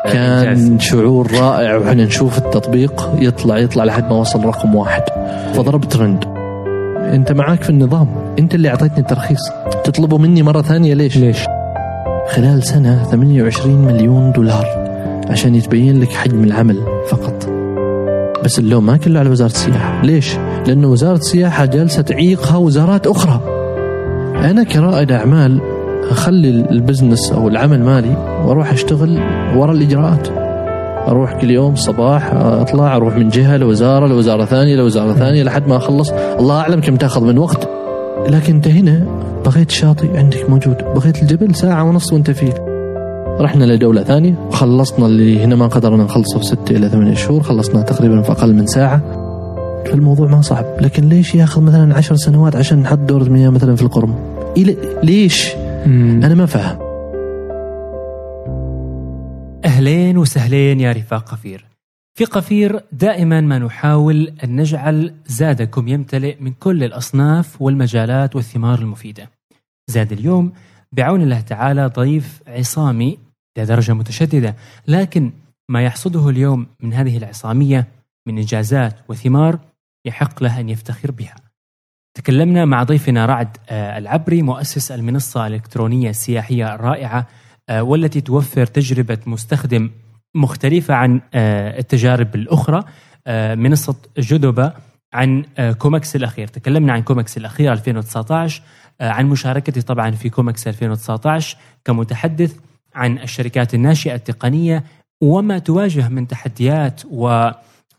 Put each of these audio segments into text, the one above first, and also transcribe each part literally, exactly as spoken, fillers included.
كان شعور رائع، وحنا نشوف التطبيق يطلع يطلع لحد ما وصل رقم واحد، فضرب ترند. انت معاك في النظام، انت اللي اعطيتني الترخيص، تطلبه مني مرة ثانية ليش؟ ليش؟ خلال سنة ثمانية وعشرين مليون دولار عشان يتبين لك حجم العمل فقط. بس اللوم ما كله على وزارة السياحة. ليش؟ لأن وزارة السياحة جالسة تعيقها وزارات أخرى. أنا كرائد أعمال أخلي البزنس أو العمل مالي وأروح أشتغل وراء الإجراءات، أروح كل يوم الصباح أطلع أروح من جهة لوزارة لوزارة ثانية لوزارة ثانية لحد ما أخلص. الله أعلم كم تأخذ من وقت. لكن أنت هنا بغيت الشاطئ عندك موجود، بغيت الجبل ساعة ونص وأنت فيه. رحنا لدولة ثانية وخلصنا اللي هنا ما قدرنا نخلصه في ستة إلى ثمانية شهور، خلصنا تقريبا في أقل من ساعة. فالموضوع ما صعب. لكن ليش ياخذ مثلا عشر سنوات عشان نحط دورة مياه مثلا في القرم؟ ليش؟ مم. أنا ما فاهم. أهلين وسهلين يا رفاق قفير. في قفير دائما ما نحاول أن نجعل زادكم يمتلئ من كل الأصناف والمجالات والثمار المفيدة. زاد اليوم بعون الله تعالى ضيف عصامي لدرجة متشددة، لكن ما يحصده اليوم من هذه العصامية من إنجازات وثمار يحق له أن يفتخر بها. تكلمنا مع ضيفنا رعد العبري، مؤسس المنصة الإلكترونية السياحية الرائعة والتي توفر تجربة مستخدم مختلفة عن التجارب الأخرى، منصة جدوبة، عن كومكس الأخير. تكلمنا عن كومكس الأخير ألفين وتسعة عشر، عن مشاركتي طبعا في كومكس ألفين وتسعة عشر كمتحدث، عن الشركات الناشئة التقنية وما تواجه من تحديات و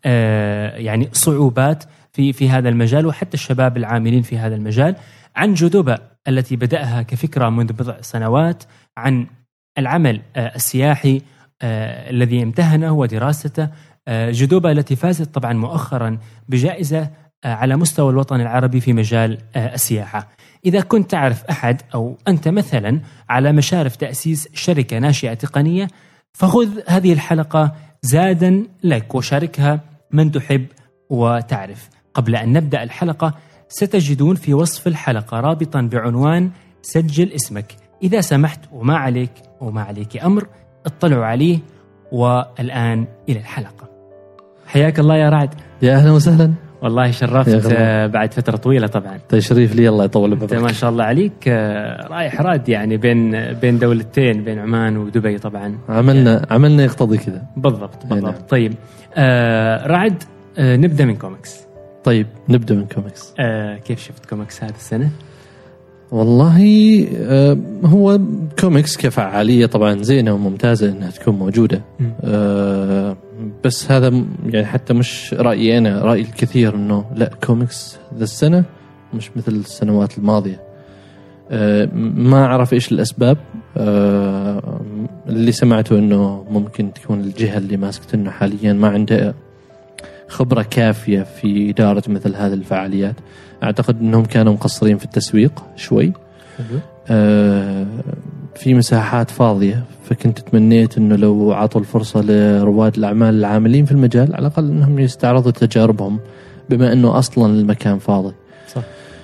يعني صعوبات في في هذا المجال، وحتى الشباب العاملين في هذا المجال. عن جدوبة التي بدأها كفكرة منذ بضع سنوات، عن العمل السياحي الذي امتهنه ودراسته. جدوبة التي فازت طبعا مؤخرا بجائزة على مستوى الوطن العربي في مجال السياحة. إذا كنت تعرف أحد أو أنت مثلا على مشارف تأسيس شركة ناشئة تقنية، فخذ هذه الحلقة زادا لك وشاركها من تحب وتعرف. قبل أن نبدأ الحلقة ستجدون في وصف الحلقة رابطا بعنوان سجل اسمك. إذا سمحت وما عليك وما عليك أمر اطلعوا عليه. والآن إلى الحلقة. حياك الله يا رعد. يا أهلا وسهلا. والله شرفت بعد فترة طويلة طبعا. تشريف لي، الله يطول بعمرك. ما شاء الله عليك، رايح راد يعني بين بين دولتين، بين عمان ودبي طبعا. عملنا يعني عملنا يقتضي كذا. بالضبط بالضبط. هنا. طيب آه رعد، آه نبدأ من كوميكس. طيب نبدأ من كوميكس. آه كيف شفت كوميكس هذه السنة؟ والله آه هو كوميكس كفعالية طبعا زينة وممتازة إنها تكون موجودة. آه بس هذا يعني حتى مش رأيي أنا، رأي الكثير إنه لا، كوميكس ذا السنة مش مثل السنوات الماضية. آه ما أعرف إيش الأسباب. آه اللي سمعته إنه ممكن تكون الجهة اللي ماسكت إنه حاليا ما عندها خبرة كافية في إدارة مثل هذه الفعاليات. أعتقد أنهم كانوا مقصرين في التسويق شوي. آه في مساحات فاضية، فكنت تمنيت أنه لو عطوا الفرصة لرواد الأعمال العاملين في المجال على الأقل أنهم يستعرضوا تجاربهم، بما أنه أصلا المكان فاضي. صح.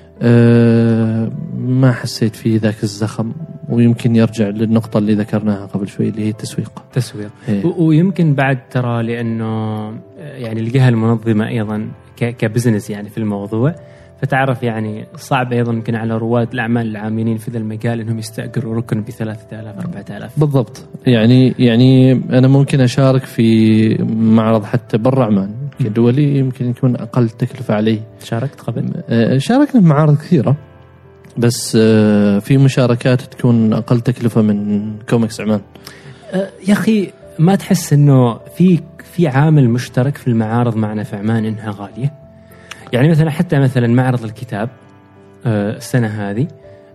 آه ما حسيت فيه ذاك الزخم، ويمكن يرجع للنقطة اللي ذكرناها قبل شوي اللي هي التسويق. تسويق. ويمكن بعد ترى لأنه يعني الجهة المنظمة أيضا كبزنس يعني في الموضوع، فتعرف يعني صعب أيضا يمكن على رواد الأعمال العاملين في ذا المجال إنهم يستأجروا ركن بثلاثة آلاف أربعة آلاف. بالضبط. يعني يعني أنا ممكن أشارك في معرض حتى برا عمان كدولي يمكن يكون أقل تكلفة عليه. شاركت قبل؟ شاركنا في معارض كثيرة، بس في مشاركات تكون أقل تكلفة من كوميكس عمان. يا أخي ما تحس إنه في في عامل مشترك في المعارض معنا في عمان إنها غالية؟ يعني مثلا حتى مثلا معرض الكتاب السنة هذه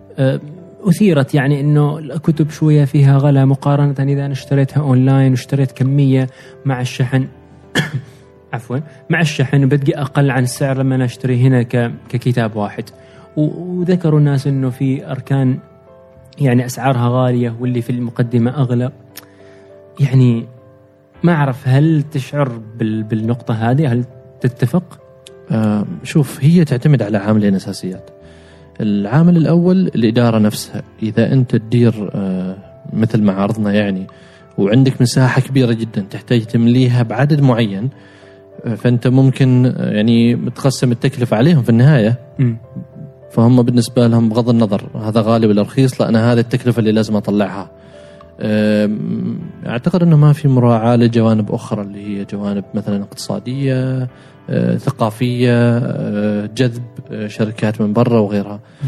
أثيرت يعني إنه الكتب شوية فيها غلا مقارنة إذا أنا اشتريتها أونلاين واشتريت كمية مع الشحن عفوا مع الشحن بدقي أقل عن السعر لما أنا أشتري هنا ككتاب واحد. وذكروا الناس إنه في أركان يعني أسعارها غالية واللي في المقدمة أغلى. يعني ما أعرف هل تشعر بالنقطة هذه؟ هل تتفق؟ آه شوف، هي تعتمد على عاملين أساسيات. العامل الأول الإدارة نفسها. إذا أنت تدير آه مثل معارضنا يعني وعندك مساحة كبيرة جدا تحتاج تمليها بعدد معين، فأنت ممكن يعني متقسم التكلفة عليهم في النهاية. م. فهم بالنسبة لهم بغض النظر هذا غالي ولا رخيص، لا أنا هذه التكلفة اللي لازم أطلعها. أعتقد أنه ما في مراعاة لجوانب أخرى اللي هي جوانب مثلا اقتصادية، ثقافية، جذب شركات من برا وغيرها. م.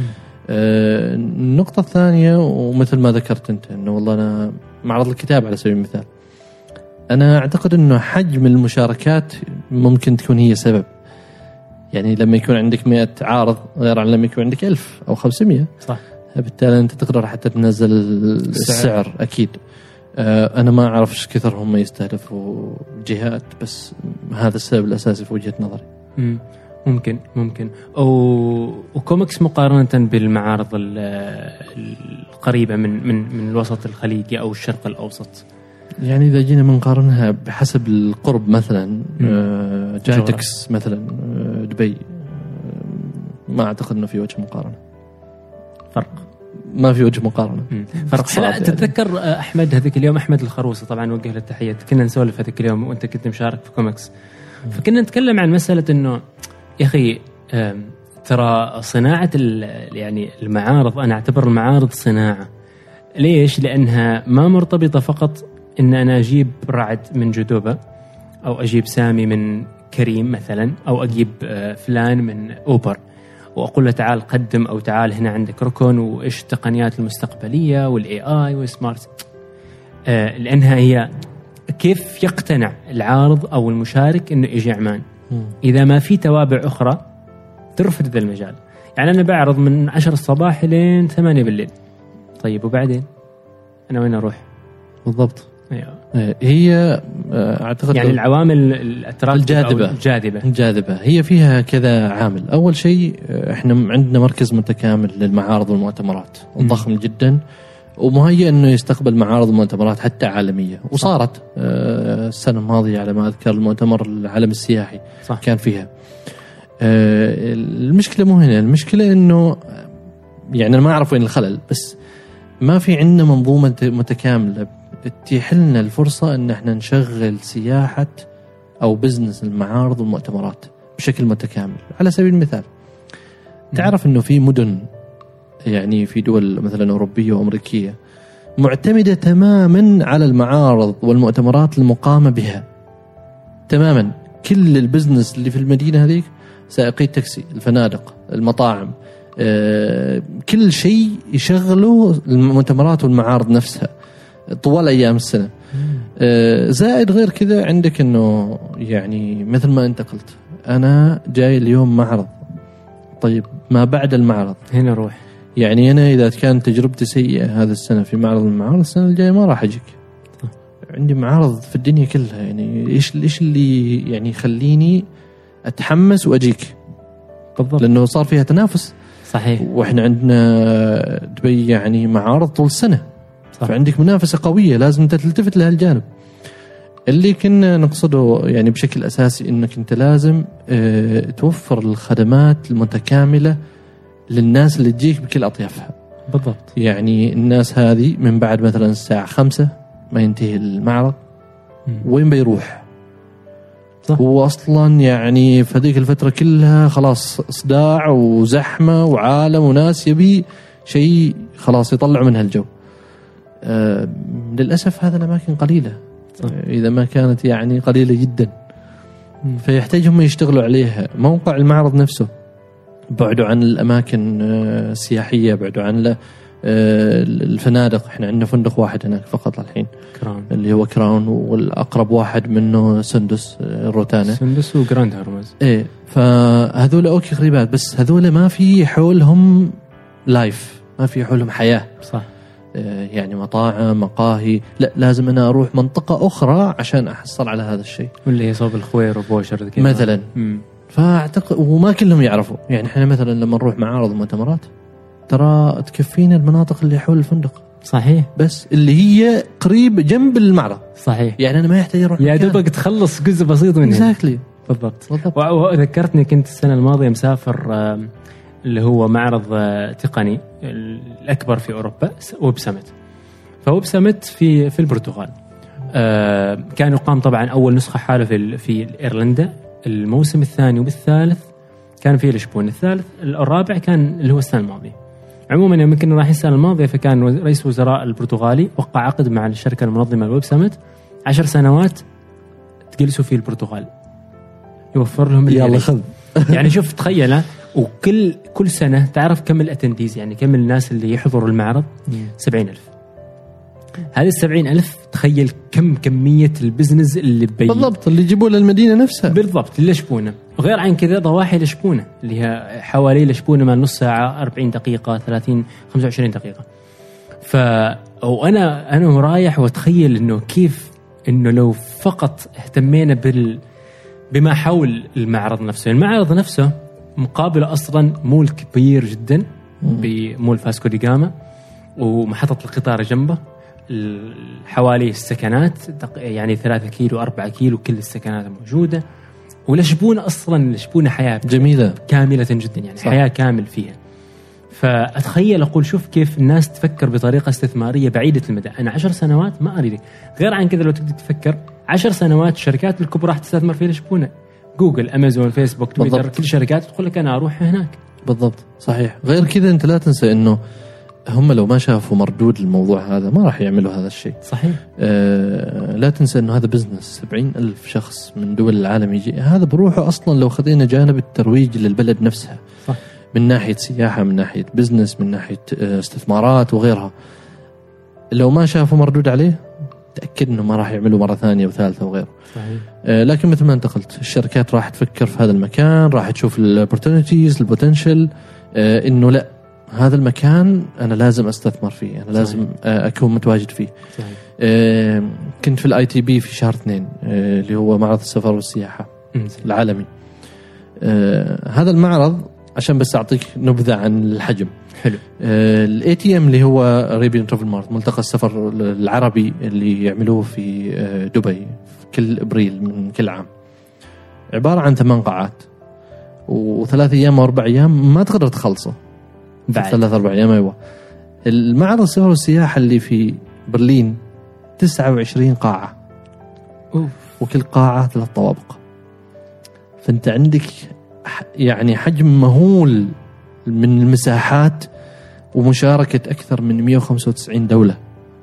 النقطة الثانية ومثل ما ذكرت أنت أنه والله أنا معرض الكتاب على سبيل المثال، أنا أعتقد أنه حجم المشاركات ممكن تكون هي سبب. يعني لما يكون عندك مئة عارض غير عن لما يكون عندك ألف أو خمسمية، صح. بالتالي أنت تقدر حتى تنزل السعر, السعر أكيد. أنا ما أعرف إيش كثر هم يستهدفوا جهات، بس هذا السبب الأساسي في وجهة نظري. م. ممكن ممكن أو وكوميكس مقارنة بالمعارض القريبة من من من الوسط الخليجي أو الشرق الأوسط. يعني إذا جينا بنقارنها بحسب القرب مثلا جاتكس مثلا دبي، ما أعتقد إنه في وجه مقارنة. فرق ما في وجه مقارنة. فرق صعب. تتذكر يعني. أحمد هذيك اليوم أحمد الخروصي طبعا وجه له التحية، كنا نسولف هذيك اليوم وأنت كنت مشارك في كوميكس، فكنا نتكلم عن مسألة إنه يا أخي ترى صناعة يعني المعارض، أنا أعتبر المعارض صناعة. ليش؟ لأنها ما مرتبطة فقط إن أنا أجيب رعد من جدوبة أو أجيب سامي من كريم مثلا، أو أجيب فلان من أوبر وأقول له تعال قدم، أو تعال هنا عندك ركن وإيش التقنيات المستقبلية والإي آي والسمارت. لأنها هي كيف يقتنع العارض أو المشارك إنه يجي عمان إذا ما في توابع أخرى ترفض ذا المجال. يعني أنا بعرض من عشر الصباح لين ثمانية بالليل، طيب وبعدين أنا وين أروح؟ بالضبط. أيوة. هي أعتقد يعني العوامل الجاذبة الجاذبة الجاذبة هي فيها كذا عامل. أول شيء إحنا عندنا مركز متكامل للمعارض والمؤتمرات ضخم جدا، ومهيئ أنه يستقبل معارض ومؤتمرات حتى عالمية. وصارت السنة الماضية على ما أذكر المؤتمر العالمي السياحي صح. كان فيها. المشكلة مو هنا، المشكلة أنه يعني أنا ما أعرف وين الخلل، بس ما في عندنا منظومة متكاملة تتيح لنا الفرصة أن احنا نشغل سياحة أو بزنس المعارض والمؤتمرات بشكل متكامل. على سبيل المثال تعرف أنه في مدن يعني في دول مثلا أوروبية وأمريكية معتمدة تماما على المعارض والمؤتمرات المقامة بها تماما. كل البزنس اللي في المدينة هذيك، سائقي التاكسي، الفنادق، المطاعم، آه، كل شيء يشغلوا المؤتمرات والمعارض نفسها طوال أيام السنة. آه، زائد غير كذا عندك أنه يعني مثل ما أنت قلت أنا جاي اليوم معرض، طيب ما بعد المعرض هنا روح. يعني أنا إذا كانت تجربتي سيئة هذا السنة في معرض المعارض، السنة الجاية ما راح أجيك. عندي معارض في الدنيا كلها، يعني إيش إيش اللي يعني يخليني أتحمس وأجيك؟ بالضبط. لأنه صار فيها تنافس. صحيح. وإحنا عندنا دبي يعني معارض طول السنة، صح. فعندك منافسة قوية، لازم أنت تلتفت لها الجانب. اللي كنا نقصده يعني بشكل أساسي إنك أنت لازم اه توفر الخدمات المتكاملة للناس اللي تجيك بكل أطيافها. بالضبط. يعني الناس هذه من بعد مثلا الساعة خمسة ما ينتهي المعرض م. وين بيروح؟ صح. هو أصلا يعني في هذيك الفترة كلها خلاص صداع وزحمة وعالم وناس يبي شيء خلاص يطلع منها الجو. آه للأسف هذا الأماكن قليلة. صح. إذا ما كانت يعني قليلة جدا م. فيحتاجهم يشتغلوا عليها. موقع المعرض نفسه بعدوا عن الأماكن السياحية، بعدوا عن الفنادق. احنا عندنا فندق واحد هناك فقط الحين، كراون، اللي هو كراون، والأقرب واحد منه سندس الروتانا، سندس وجراند هرمز. ايه، فهذول اوكي خريبات، بس هذول ما في حولهم لايف، ما في حولهم حياة. صح. يعني مطاعم، مقاهي، لا لازم أنا أروح منطقة أخرى عشان أحصل على هذا الشيء، واللي هي صوب الخوير وبوشر مثلا. م. فأعتقد وما كلهم يعرفوا. يعني إحنا مثلا لما نروح معارض ومؤتمرات ترى تكفينا المناطق اللي حول الفندق. صحيح. بس اللي هي قريب جنب المعرض. صحيح. يعني أنا ما يحتاج أروح يا دوبك تخلص جزء بسيط منه. exactly. بالضبط. بالضبط. وذكرتني كنت السنة الماضية مسافر اللي هو معرض تقني الأكبر في أوروبا، ويب سمت. فويب سمت في في البرتغال. آه كان يقام طبعا أول نسخة حاله في في إيرلندا. الموسم الثاني والثالث كان في لشبونة. الثالث الرابع كان اللي هو السنة الماضية. عموما يوم كنا رايحين السنة الماضية فكان رئيس وزراء البرتغالي وقع عقد مع الشركة المنظمة الويب سمت عشر سنوات تجلسوا في البرتغال يوفر لهم يلا خذ. يعني شوف تخيل، وكل كل سنة تعرف كم الاتنديز يعني كم الناس اللي يحضروا المعرض؟ سبعين ألف. هذه السبعين ألف تخيل كم كمية البزنس اللي بي... بالضبط اللي يجيبوه للمدينة نفسها. بالضبط اللي لشبونة. وغير عن كذا ضواحي لشبونة اللي هي حوالي لشبونة من نص ساعة أربعين دقيقة ثلاثين خمسة وعشرين دقيقة. ف وأنا أنا رايح وأتخيل إنه كيف إنه لو فقط اهتمينا بال بما حول المعرض نفسه. المعرض نفسه مقابله أصلا مول كبير جدا بمول فاسكو دي جاما ومحطة القطار جنبه، حوالي السكنات يعني ثلاثة كيلو أربعة كيلو كل السكنات موجودة. ولشبونة أصلا لشبونة حياة جميلة كاملة جدا يعني صح. حياة كامل فيها. فأتخيل أقول شوف كيف الناس تفكر بطريقة استثمارية بعيدة المدى. أنا عشر سنوات ما أريد غير عن كذا. لو تقدر تفكر عشر سنوات الشركات الكبرى راح تستثمر في لشبونة، جوجل أمازون فيسبوك تويتر بالضبط. كل الشركات تقول لك أنا أروح هناك. بالضبط صحيح. غير كذا أنت لا تنسى إنه هم لو ما شافوا مردود الموضوع هذا ما راح يعملوا هذا الشيء. صحيح. آه لا تنسى إنه هذا بزنس سبعين ألف شخص من دول العالم يجي. هذا بروحه أصلا لو خذينا جانب الترويج للبلد نفسها صح. من ناحية سياحة من ناحية بزنس من ناحية استثمارات وغيرها، لو ما شافوا مردود عليه تأكد إنه ما راح يعملوا مرة ثانية وثالثة وغيره. صحيح. آه لكن مثل ما أنت قلت الشركات راح تفكر في هذا المكان، راح تشوف الopportunities البوتنشل آه إنه لا هذا المكان أنا لازم أستثمر فيه، أنا لازم آه أكون متواجد فيه. صحيح. آه كنت في الآي تي بي في شهر اثنين آه اللي هو معرض السفر والسياحة العالمي. آه هذا المعرض عشان بس أعطيك نبذة عن الحجم. حلو. الاي تي ام اللي هو Arabian Travel Mart ملتقى السفر العربي اللي يعملوه في دبي في كل ابريل من كل عام، عبارة عن ثمان قاعات وثلاث ايام واربع ايام ما تقدر تخلصه بعد ثلاث اربع ايام. ايوه المعرض السفر والسياحة اللي في برلين تسعة وعشرين قاعة. أوف. وكل قاعة ثلاث طوابق. فانت عندك يعني حجم مهول من المساحات ومشاركة أكثر من مئة وخمسة وتسعين دولة.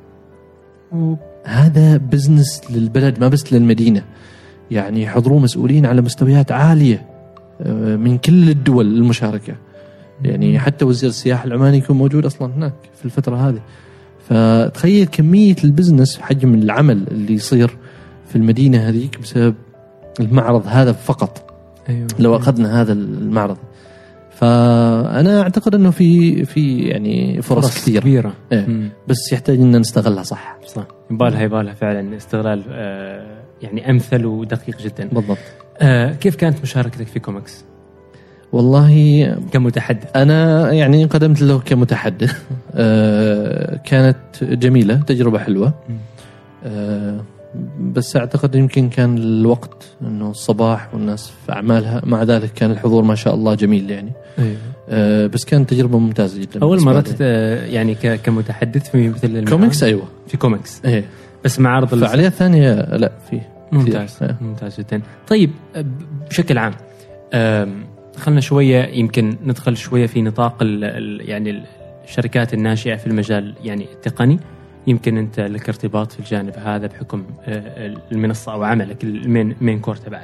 هذا بزنس للبلد ما بس للمدينة، يعني حضروا مسؤولين على مستويات عالية من كل الدول المشاركة، يعني حتى وزير السياحة العماني يكون موجود أصلا هناك في الفترة هذه. فتخيل كمية البزنس حجم العمل اللي يصير في المدينة هذيك بسبب المعرض هذا فقط. أيوة. لو أخذنا هذا المعرض فأنا أعتقد أنه في في يعني فرص, فرص كثيرة كبيرة. إيه. بس يحتاج أن نستغلها صح. صح. يبالها يبالها فعلا استغلال آه يعني أمثل ودقيق جدا. بالضبط. آه كيف كانت مشاركتك في كوميكس؟ والله كمتحدث. أنا يعني قدمت له كمتحدث. آه كانت جميلة تجربة حلوة. آه بس أعتقد يمكن كان الوقت أنه الصباح والناس في أعمالها، مع ذلك كان الحضور ما شاء الله جميل يعني. أيوة. آه بس كانت تجربة ممتازة جدا. أول مرة يعني كمتحدث في مثل المعارض. كوميكس. أيوة في كوميكس. إيه. بس معارض فعاليات ثانية لا فيه. ممتاز. إيه. ممتاز جدا. طيب بشكل عام خلنا شوية يمكن ندخل شوية في نطاق ال يعني الشركات الناشئة في المجال يعني التقني. يمكن أنت لك ارتباط في الجانب هذا بحكم المنصة أو عملك المين مين كور تبعك.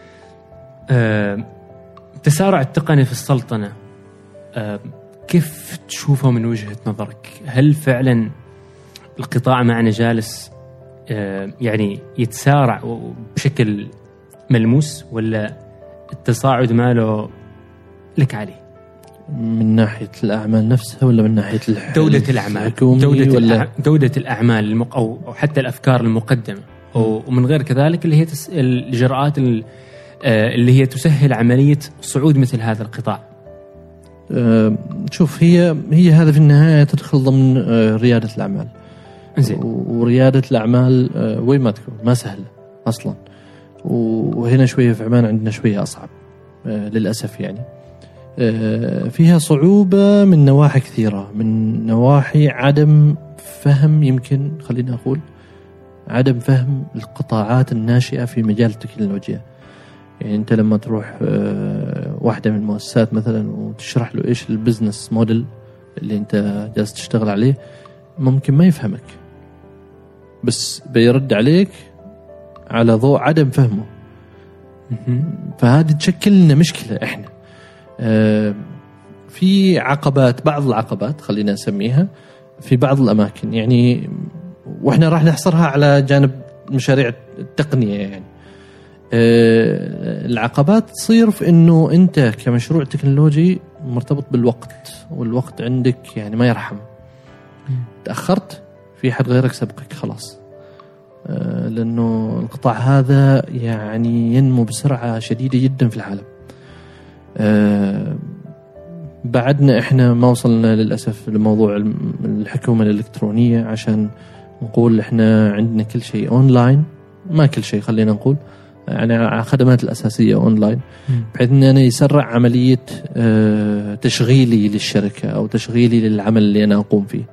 التسارع التقني في السلطنة كيف تشوفه من وجهة نظرك؟ هل فعلا القطاع معنا جالس يعني يتسارع بشكل ملموس، ولا التصاعد ماله لك عليه؟ من ناحية الأعمال نفسها ولا من ناحية جودة الأعمال؟ جودة, ولا جودة الأعمال المق... أو حتى الأفكار المقدمة، ومن غير كذلك اللي هي تس... الإجراءات اللي هي تسهل عملية صعود مثل هذا القطاع. أه شوف هي هي هذا في النهاية تدخل ضمن ريادة الأعمال. زين. وريادة الأعمال وين ما تكون ما سهلة أصلا، وهنا شوية في عمان عندنا شوية أصعب للأسف يعني. فيها صعوبة من نواحي كثيرة، من نواحي عدم فهم يمكن خلينا أقول عدم فهم القطاعات الناشئة في مجال التكنولوجيا. يعني أنت لما تروح واحدة من المؤسسات مثلا وتشرح له إيش البزنس موديل اللي أنت جالس تشتغل عليه، ممكن ما يفهمك، بس بيرد عليك على ضوء عدم فهمه. فهذه تشكل لنا مشكلة إحنا. في عقبات، بعض العقبات خلينا نسميها في بعض الأماكن، يعني وإحنا راح نحصرها على جانب مشاريع التقنية. يعني العقبات تصير في إنه أنت كمشروع تكنولوجي مرتبط بالوقت، والوقت عندك يعني ما يرحم. تأخرت في حد غيرك سبقك خلاص، لأنه القطاع هذا يعني ينمو بسرعة شديدة جدا في العالم. بعدنا إحنا ما وصلنا للأسف لموضوع الحكومة الإلكترونية عشان نقول إحنا عندنا كل شيء أونلاين، ما كل شيء خلينا نقول يعني خدمات الأساسية أونلاين، بحيث أن أنا يسرع عملية تشغيلي للشركة أو تشغيلي للعمل اللي أنا أقوم فيه.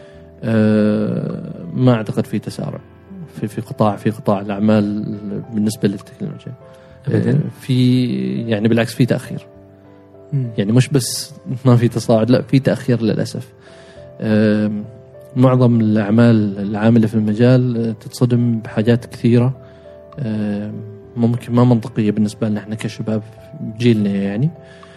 ما أعتقد في تسارع في في قطاع في قطاع الأعمال بالنسبة للتكنولوجيا أبداً. في يعني بالعكس في تأخير. يعني مش بس ما في تصاعد، لا في تأخير للأسف. معظم الأعمال العاملة في المجال تتصدم بحاجات كثيرة ممكن ما منطقية بالنسبة لنا احنا كشباب جيلنا يعني.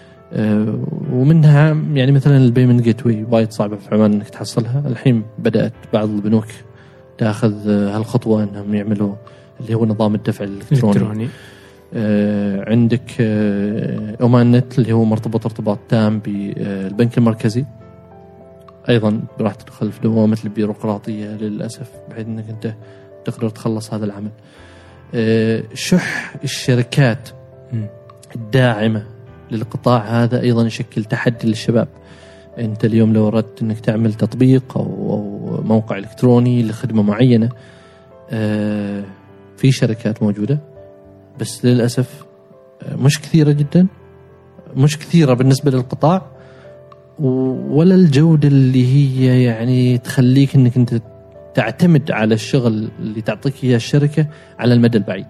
ومنها يعني مثلا البيمنت جيت واي وايد صعبة في عمان انك تحصلها. الحين بدأت بعض البنوك تأخذ هالخطوة انهم يعملوا اللي هو نظام الدفع الإلكتروني. آه عندك آه أومان نت اللي هو مرتبط ارتباط تام بالبنك المركزي، أيضا راح تدخل في دوامة البيروقراطية للأسف، بحيث أنك أنت تقدر تخلص هذا العمل. آه شح الشركات الداعمة للقطاع هذا أيضا يشكل تحدي للشباب. أنت اليوم لو أردت أنك تعمل تطبيق أو, أو موقع إلكتروني لخدمة معينة، آه في شركات موجودة بس للأسف مش كثيرة جدا، مش كثيرة بالنسبة للقطاع، ولا الجودة اللي هي يعني تخليك أنك أنت تعتمد على الشغل اللي تعطيك إياه الشركة على المدى البعيد.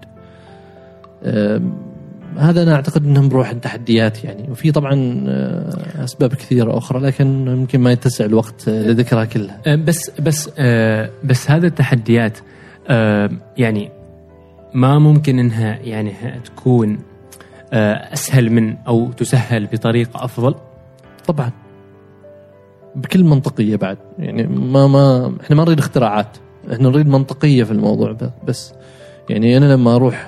هذا أنا أعتقد أنهم بروح التحديات يعني. وفي طبعا أسباب كثيرة أخرى لكن يمكن ما يتسع الوقت لذكرها كلها. بس بس بس هذا التحديات يعني ما ممكن إنها يعني تكون أسهل من أو تسهل بطريقة أفضل؟ طبعا بكل منطقية بعد يعني. ما ما إحنا ما نريد اختراعات، إحنا نريد منطقية في الموضوع بس. يعني أنا لما أروح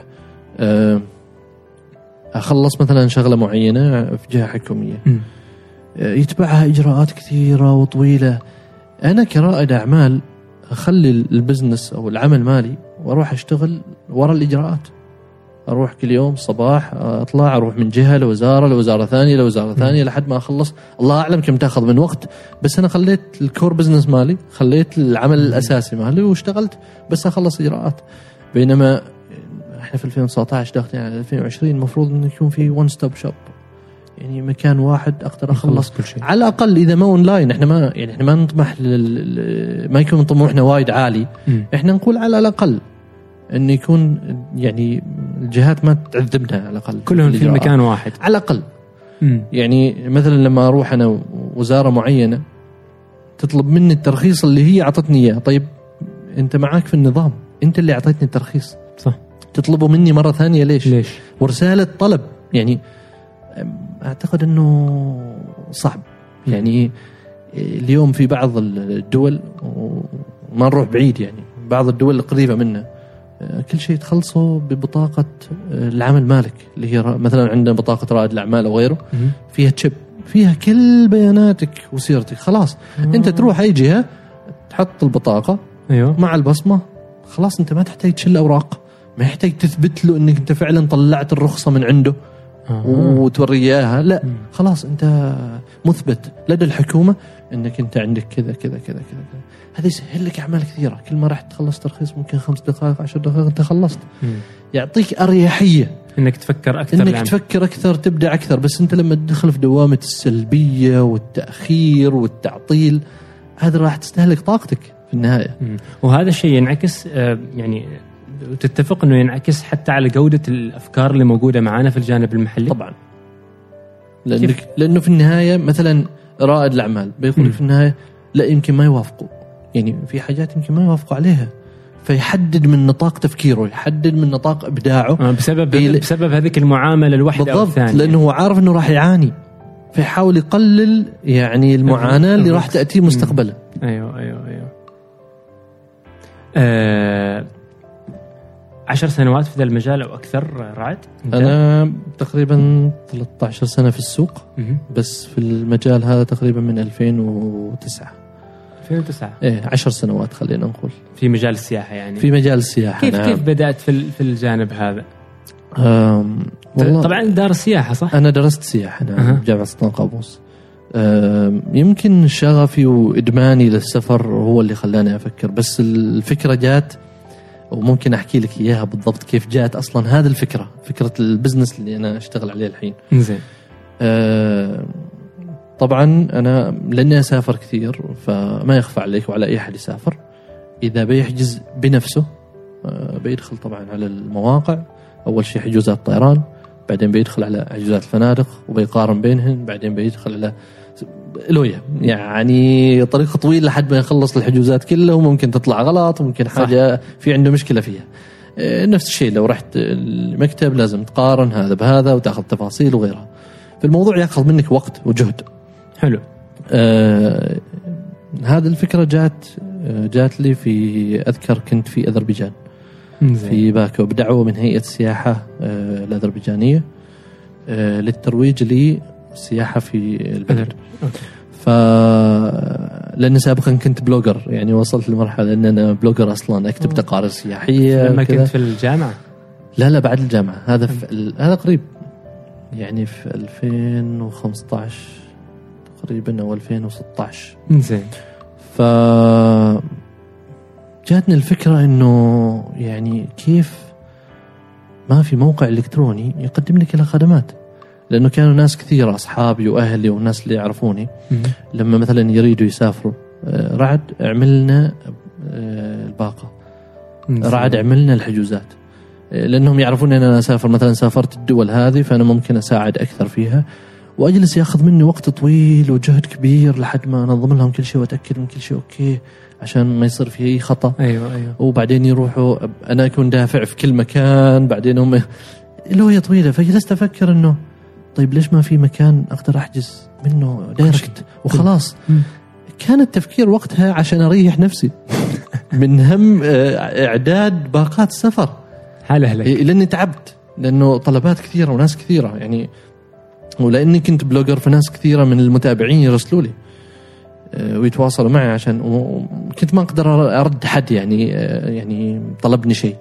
أخلص مثلا شغلة معينة في جهة حكومية م. يتبعها إجراءات كثيرة وطويلة، أنا كرائد أعمال أخلي البزنس أو العمل مالي وأروح أشتغل وراء الإجراءات. أروح كل يوم صباح أطلع أروح من جهة لوزارة لوزارة ثانية لوزارة ثانية م. لحد ما أخلص. الله أعلم كم تأخذ من وقت، بس أنا خليت الكور بزنس مالي، خليت العمل م. الأساسي مالي واشتغلت بس أخلص إجراءات. بينما احنا في ألفين وتسعة عشر داخلين على ألفين وعشرين المفروض انه يكون في وان ستوب شوب، يعني مكان واحد اقدر اخلص كل شيء على الاقل. اذا ما اونلاين احنا ما يعني احنا ما نطمح لل... ما يكون طموحنا وايد عالي م. احنا نقول على الاقل انه يكون يعني الجهات ما تعذبنا، على الاقل كلهم في, في مكان واحد على الاقل. م. يعني مثلا لما اروح انا وزارة معينة تطلب مني الترخيص اللي هي اعطتني اياه، طيب انت معاك في النظام، انت اللي اعطيتني الترخيص، صح، تطلبوا مني مرة ثانية ليش؟ ليش؟ ورسالة طلب يعني. أعتقد أنه صعب يعني. اليوم في بعض الدول وما نروح بعيد يعني، بعض الدول القريبة منا كل شيء تخلصه ببطاقة العمل مالك، اللي هي مثلا عندنا بطاقة رائد الأعمال أو غيره، فيها تشيب فيها كل بياناتك وسيرتك. خلاص مم. أنت تروح أي جهة تحط البطاقة أيوه. مع البصمة، خلاص أنت ما تحتاج تشيل أوراق، ما يحتاج تثبت له انك انت فعلا طلعت الرخصة من عنده آه. وتوريها، لا مم. خلاص انت مثبت لدى الحكومة انك انت عندك كذا كذا كذا كذا. هذا يسهل لك اعمال كثيرة، كل ما راح تخلص ترخيص ممكن خمس دقائق عشر دقائق انت خلصت. مم. يعطيك اريحية انك تفكر اكثر، انك العمل. تفكر اكثر، تبدع اكثر. بس انت لما تدخل في دوامة السلبية والتأخير والتعطيل، هذا راح تستهلك طاقتك في في النهاية. وهذا الشيء ينعكس يعني وتتفق أنه ينعكس حتى على جودة الأفكار اللي موجودة معنا في الجانب المحلي. طبعا لأنك لأنه في النهاية مثلا رائد الأعمال بيقول في النهاية لا يمكن ما يوافقوا، يعني في حاجات يمكن ما يوافقوا عليها، فيحدد من نطاق تفكيره، يحدد من نطاق إبداعه بسبب بيل... بسبب هذيك المعاملة الواحدة أو الثانية، لأنه هو عارف أنه راح يعاني، فيحاول يقلل يعني المعاناة اللي راح تأتي مستقبلا. أيوة أيوة أيوة. آه... عشر سنوات في ذا المجال أو أكثر رعد؟ أنا تقريبا ثلاثة عشر سنة في السوق، بس في المجال هذا تقريبا من ألفين وتسعة. ألفين وتسعة إيه عشر سنوات خلينا نقول في مجال السياحة. يعني في مجال السياحة. كيف نعم. كيف بدأت في في الجانب هذا؟ والله طبعا دارس سياحة صح؟ أنا درست سياحة نعم أه. جامعة سلطان قابوس. يمكن شغفي وإدماني للسفر هو اللي خلاني أفكر، بس الفكرة جات وممكن أحكي لك إياها بالضبط كيف جات أصلا هذه الفكرة، فكرة البزنس اللي أنا أشتغل عليه الحين. زين. أه طبعا أنا لأني أسافر كثير فما يخفى عليك وعلى أي أحد يسافر إذا بيحجز بنفسه أه بيدخل طبعا على المواقع، أول شيء حجوزات الطيران، بعدين بيدخل على حجوزات الفنادق وبيقارن بينهن، بعدين بيدخل على لويا، يعني طريق طويل لحد ما يخلص الحجوزات كلها، وممكن تطلع غلط وممكن حاجة صح. في عنده مشكلة فيها. نفس الشيء لو رحت المكتب لازم تقارن هذا بهذا وتأخذ تفاصيل وغيرها، فالموضوع يأخذ منك وقت وجهد. حلو. آه هذه الفكرة جات جات لي في أذكر كنت في أذربيجان في باكو بدعوة من هيئة السياحة آه الأذربيجانية آه للترويج للسياحة في البلد. ف لأن سابقا كنت بلوجر، يعني وصلت لمرحلة أن أنا بلوجر أصلا أكتب تقارير سياحية. لما كنت في الجامعة؟ لا لا بعد الجامعة، هذا في هذا قريب يعني في ألفين وخمسة عشر تقريبا أو ألفين وستة عشر. زين. ف جاتني الفكرة إنه يعني كيف ما في موقع إلكتروني يقدم لك له خدمات، لأنه كانوا ناس كثيرة أصحابي وأهلي والناس اللي يعرفوني لما مثلا يريدوا يسافروا رعد عملنا الباقة، رعد عملنا الحجوزات، لأنهم يعرفون أن أنا أسافر مثلا سافرت الدول هذه فأنا ممكن أساعد أكثر فيها، وأجلس يأخذ مني وقت طويل وجهد كبير لحد ما أنظم لهم كل شيء وأتأكد من كل شيء أوكي عشان ما يصير فيه أي خطأ. أيوة أيوة. وبعدين يروحوا أنا أكون دافع في كل مكان، بعدين هم له هي طويلة، فجلست أفكر إنه طيب ليش ما في مكان أقدر أحجز منه دايركت وخلاص. كان التفكير وقتها عشان أريح نفسي من هم إعداد باقات السفر حال أهلك، لأني تعبت، لأنه طلبات كثيرة وناس كثيرة يعني، ولأني كنت بلوجر فناس كثيرة من المتابعين يرسلوا لي ويتواصلوا معي عشان كنت ما أقدر أرد حد يعني يعني طلبني شيء،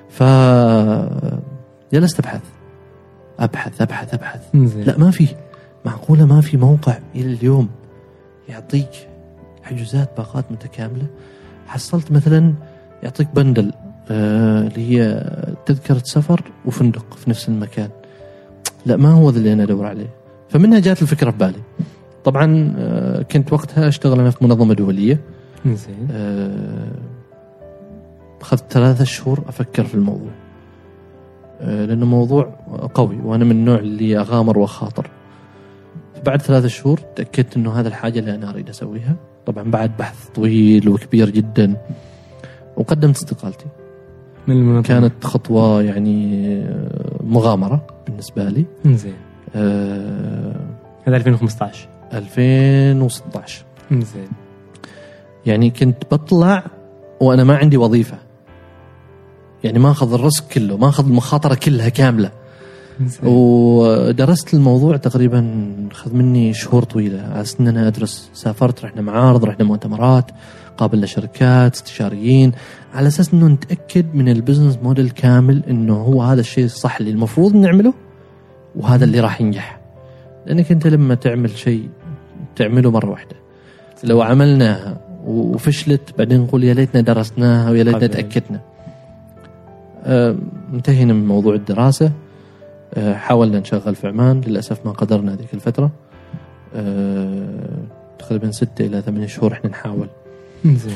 فجلست أبحث أبحث أبحث أبحث مزيد. لا ما في، معقولة ما في موقع إلى اليوم يعطيك حجوزات باقات متكاملة. حصلت مثلا يعطيك بندل آه اللي هي تذكرة سفر وفندق في نفس المكان، لا ما هو ذا اللي أنا أدور عليه. فمنها جات الفكرة في بالي. طبعا آه كنت وقتها أشتغل أنا في منظمة دولية، آه أخذت ثلاثة شهور أفكر في الموضوع آه لأنه موضوع قوي وأنا من النوع اللي أغامر وأخاطر. بعد ثلاثة شهور تأكدت أنه هذا الحاجة اللي أنا أريد أسويها، طبعا بعد بحث طويل وكبير جدا، وقدمت استقالتي. من كانت خطوة يعني مغامرة بالنسبة لي. زين. آه هذا ألفين وخمسة عشر ألفين وستة عشر. زين. يعني كنت بطلع وأنا ما عندي وظيفة، يعني ما أخذ الرزق كله، ما أخذ المخاطرة كلها كاملة. زين. ودرست الموضوع تقريبا خذ مني شهور طويلة على أن أنا أدرس. سافرت، رحنا معارض، رحنا مؤتمرات، قابلنا شركات، استشاريين، على أساس أنه نتأكد من البزنس موديل كامل أنه هو هذا الشيء الصح اللي المفروض نعمله وهذا اللي راح ينجح. لأنك أنت لما تعمل شيء تعمله مرة واحدة، لو عملناها وفشلت بعدين نقول يا ليتنا درسناها ويا ليتنا تأكدنا. أه انتهينا من موضوع الدراسة. أه حاولنا نشغل في عمان، للأسف ما قدرنا ذيك الفترة. أه تقريبا ستة إلى ثمانية شهور إحنا نحاول. زين.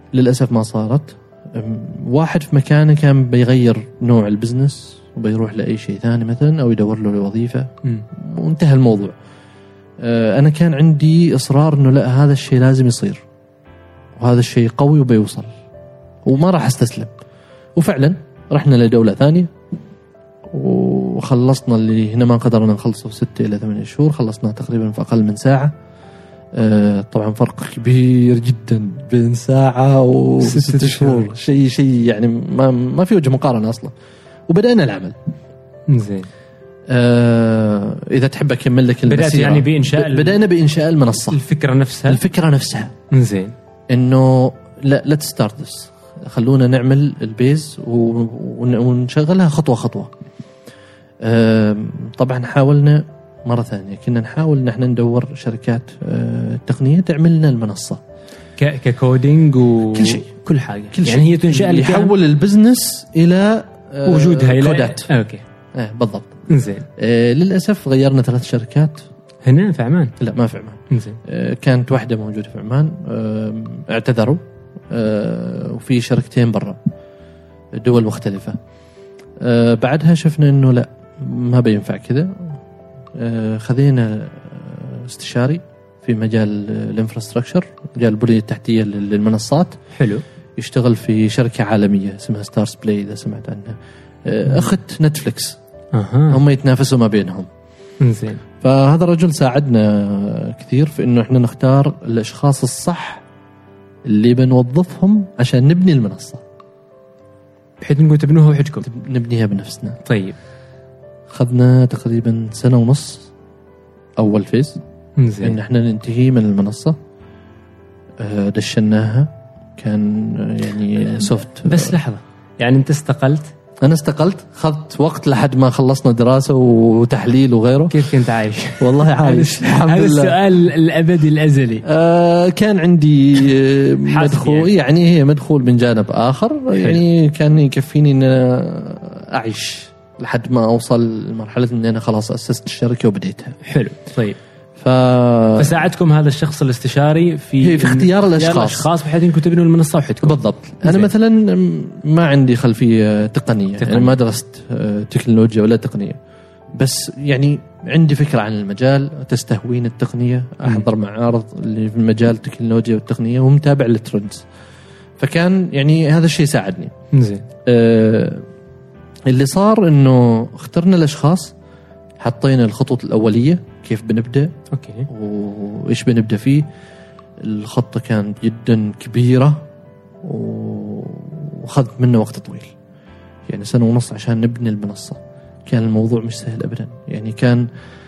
للأسف ما صارت. واحد في مكانه كان بيغير نوع البزنس وبيروح لأي شيء ثاني مثلا أو يدور له لوظيفة وانتهى الموضوع. أنا كان عندي إصرار إنه لا، هذا الشيء لازم يصير وهذا الشيء قوي وبيوصل وما راح استسلم. وفعلا رحنا لدولة ثانية وخلصنا اللي هنا ما قدرنا نخلصه في ستة إلى ثمانية شهور، خلصنا تقريبا في أقل من ساعة. أه طبعا فرق كبير جدا بين ساعة وستة شهور، شيء شيء يعني ما ما في وجه مقارنة أصلا. وبدأنا العمل. زين. أه إذا تحب أكمل لك المسيرة. يعني بإنشاء بدأنا بإنشاء المنصة. الفكرة نفسها. الفكرة نفسها. زين. إنه لا let's start this. خلونا نعمل البيز ونشغلها خطوة خطوة. أه طبعا حاولنا مرة ثانية، كنا نحاول نحن ندور شركات أه تقنية تعمل لنا المنصة ككودينج وكل شيء، كل حاجة. كل يعني شيء. هي تنشأ يحول البزنس إلى أه وجودها إلى كودات. أوكي. آه بالضبط. زين. أه للأسف غيرنا ثلاث شركات. هنا في عمان؟ لا ما في عمان. زين. أه كانت واحدة موجودة في عمان، أه اعتذروا. أه وفي شركتين برا دول مختلفة. أه بعدها شفنا إنه لا، ما بينفع كذا. أه خذينا استشاري في مجال الانفراستراكشر، مجال البنية التحتية للمنصات. حلو. يشتغل في شركة عالمية اسمها ستارز بلاي، إذا سمعت عنها. أه أخت نتفليكس. أها. هم يتنافسوا ما بينهم. زين. فهذا الرجل ساعدنا كثير في إنه إحنا نختار الأشخاص الصح اللي بنوظفهم عشان نبني المنصة، بحيث نقول تبنوها وحدكم. نبنيها بنفسنا. طيب. خذنا تقريبا سنة ونص أول فيز زين. إن إحنا ننتهي من المنصة. دشناها، كان يعني سوفت. بس لحظة، يعني أنت استقلت؟ أنا استقلت، خذت وقت لحد ما خلصنا دراسة وتحليل وغيره. كيف كنت عايش؟ والله عايش الحمد لله. هذا السؤال الأبدي الأزلي. آه كان عندي مدخول، يعني. يعني هي مدخول من جانب آخر. يعني كان يكفيني إن أعيش لحد ما أوصل لمرحلة إن أنا خلاص أسست الشركة وبديتها. حلو. طيب. ف... فساعدكم هذا الشخص الاستشاري في, في اختيار الأشخاص. الأشخاص بحيث إنكم تبنوا المنصة وحدكم. بالضبط. أنا زي. مثلا ما عندي خلفية تقنية, تقنية. يعني ما درست تكنولوجيا ولا تقنية, بس يعني عندي فكرة عن المجال, تستهوين التقنية, أحضر معارض اللي في المجال التكنولوجيا والتقنية ومتابع للترندز. فكان يعني هذا الشيء ساعدني. زين. آه اللي صار إنه اخترنا الأشخاص, حطينا الخطوط الأولية كيف بنبدأ, أوكي, وإيش بنبدأ فيه. الخطة كانت جدا كبيرة وأخذت منا وقت طويل, يعني سنة ونص عشان نبني المنصة. كان الموضوع مش سهل أبدا. يعني كان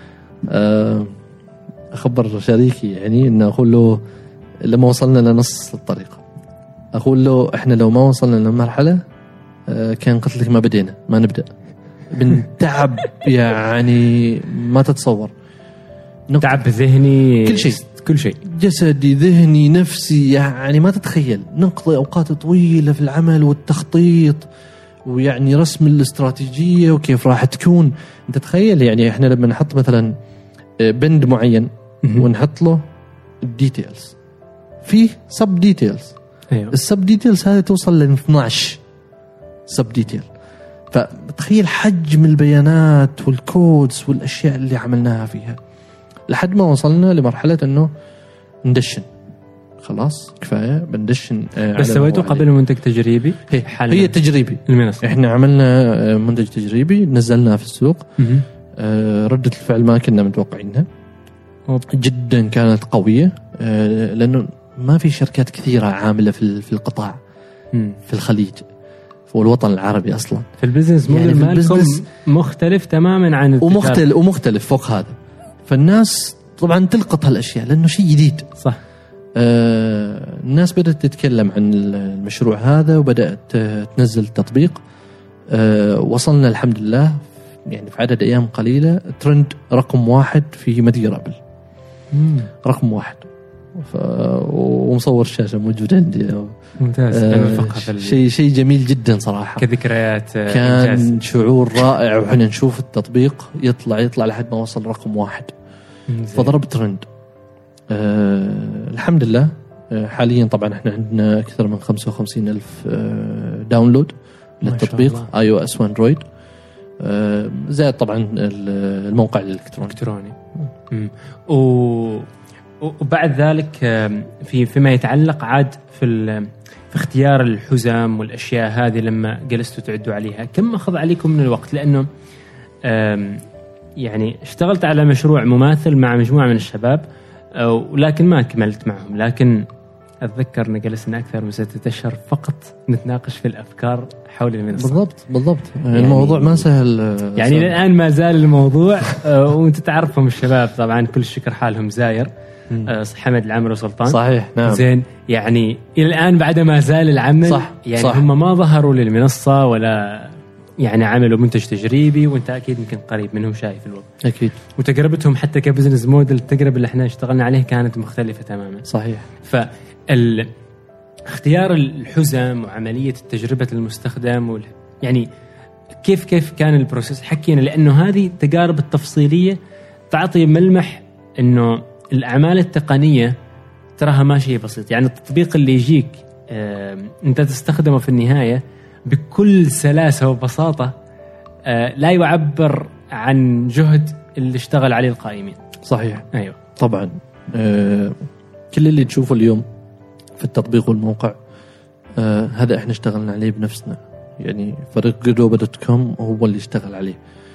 أخبر شريكي يعني إن أقول له لما وصلنا لنص الطريق, أقول له إحنا لو ما وصلنا لمرحلة كان قلت لك ما بدينا ما نبدأ من تعب يعني ما تتصور. تعب ذهني, كل شيء كل شيء, جسدي ذهني نفسي, يعني ما تتخيل. نقضي أوقات طويلة في العمل والتخطيط ويعني رسم الاستراتيجية وكيف راح تكون. انت تخيل يعني احنا لما نحط مثلا بند معين ونحط له الديتيلز, فيه سب ديتيلز. أيوة. السب ديتيلز هذه توصل ل اثناشر سب ديتيل. فتخيل حجم البيانات والكودز والأشياء اللي عملناها فيها, لحد ما وصلنا لمرحلة أنه ندشن خلاص كفاية بندشن. بس سويته قبل منتج تجريبي؟ هي, هي تجريبي المنصة. إحنا عملنا منتج تجريبي نزلناه في السوق. آه ردة الفعل ما كنا متوقعينها, جدا كانت قوية, آه لأنه ما في شركات كثيرة عاملة في في القطاع مم. في الخليج والوطن العربي أصلا. في البزنس موديل يعني مالكم مختلف تماما عن التجارة. ومختلف ومختلف فوق هذا. فالناس طبعا تلقط هالأشياء لأنه شيء جديد. صح. آه الناس بدأت تتكلم عن المشروع هذا وبدأت تنزل تطبيق. آه وصلنا الحمد لله يعني في عدد أيام قليلة ترند رقم واحد في متجر أبل. مم. رقم واحد. ف... ومصور الشاشة موجود عندي. ممتاز. آه شيء شيء جميل جدا صراحة. كذكريات كان إنجاز. شعور رائع, وحنا نشوف التطبيق يطلع يطلع لحد ما وصل رقم واحد. مم. فضرب ترند. آه الحمد لله. حاليا طبعا احنا عندنا أكثر من خمسة وخمسين ألف داونلود للتطبيق اي او اس واندرويد، زائد طبعا الموقع الإلكتروني. إلكتروني. و... وبعد ذلك في فيما يتعلق عاد في في اختيار الحزام والأشياء هذه لما جلستوا تعدوا عليها، كم أخذ عليكم من الوقت؟ لأنه يعني اشتغلت على مشروع مماثل مع مجموعة من الشباب ولكن ما كملت معهم، لكن أتذكر أن جلسنا أكثر من ستة أشهر فقط نتناقش في الأفكار حول المنصة. بالضبط بالضبط. يعني الموضوع ما سهل يعني سهل. الآن ما زال الموضوع وأنت تعرفهم الشباب طبعا كل الشكر حالهم زاير حمد العمر وسلطان. صحيح نعم. زين يعني إلى الآن بعد ما زال العمل صح. يعني صح. هم ما ظهروا للمنصة ولا يعني عملوا منتج تجريبي، وانت اكيد يمكن قريب منهم شايف الوضع. اكيد. وتجربتهم حتى كبزنس موديل التجربه اللي احنا اشتغلنا عليه كانت مختلفه تماما. صحيح. فال اختيار الحزم وعمليه تجربه المستخدم وال... يعني كيف كيف كان البروسيس؟ حكينا لانه هذه التجارب التفصيليه تعطي ملمح انه الاعمال التقنيه تراها ما شيء بسيط. يعني التطبيق اللي يجيك اه انت تستخدمه في النهايه بكل سلاسة وبساطة آه لا يعبر عن جهد اللي اشتغل عليه القائمين. صحيح. أيوة. طبعا آه كل اللي تشوفه اليوم في التطبيق والموقع آه هذا احنا اشتغلنا عليه بنفسنا. يعني فريق قدوبة دوت كوم هو اللي اشتغل عليه.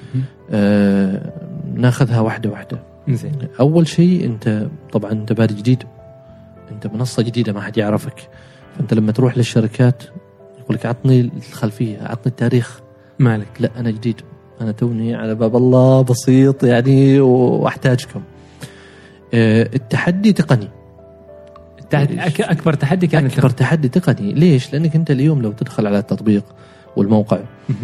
آه ناخذها واحدة واحدة. زين. أول شيء أنت طبعا أنت بادئ جديد، أنت منصة جديدة ما حد يعرفك، فأنت لما تروح للشركات يقول لك عطني الخلفية، عطني التاريخ. مالك لا أنا جديد، أنا توني على باب الله بسيط يعني وأحتاجكم. أه التحدي تقني. التحدي أكبر تحدي كان أكبر تحدي تقني. ليش؟ لأنك أنت اليوم لو تدخل على التطبيق والموقع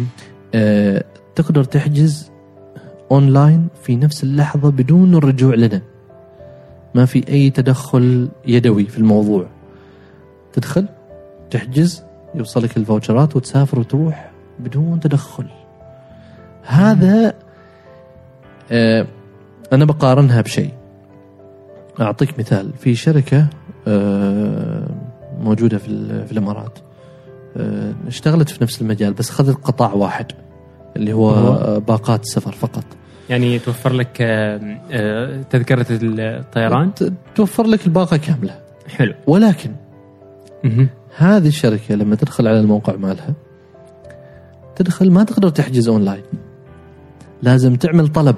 أه تقدر تحجز أونلاين في نفس اللحظة بدون الرجوع لنا، ما في أي تدخل يدوي في الموضوع. تدخل تحجز يوصلك الفاوتشرات وتسافر وتروح بدون تدخل. هذا آه أنا بقارنها بشيء. أعطيك مثال. في شركة آه موجودة في, في الإمارات آه اشتغلت في نفس المجال بس خذت قطاع واحد اللي هو آه باقات السفر فقط. يعني توفر لك آه آه تذكرة الطيران، توفر لك الباقة كاملة. حلو. ولكن م- هذه الشركة لما تدخل على الموقع مالها تدخل ما تقدر تحجز أونلاين، لازم تعمل طلب.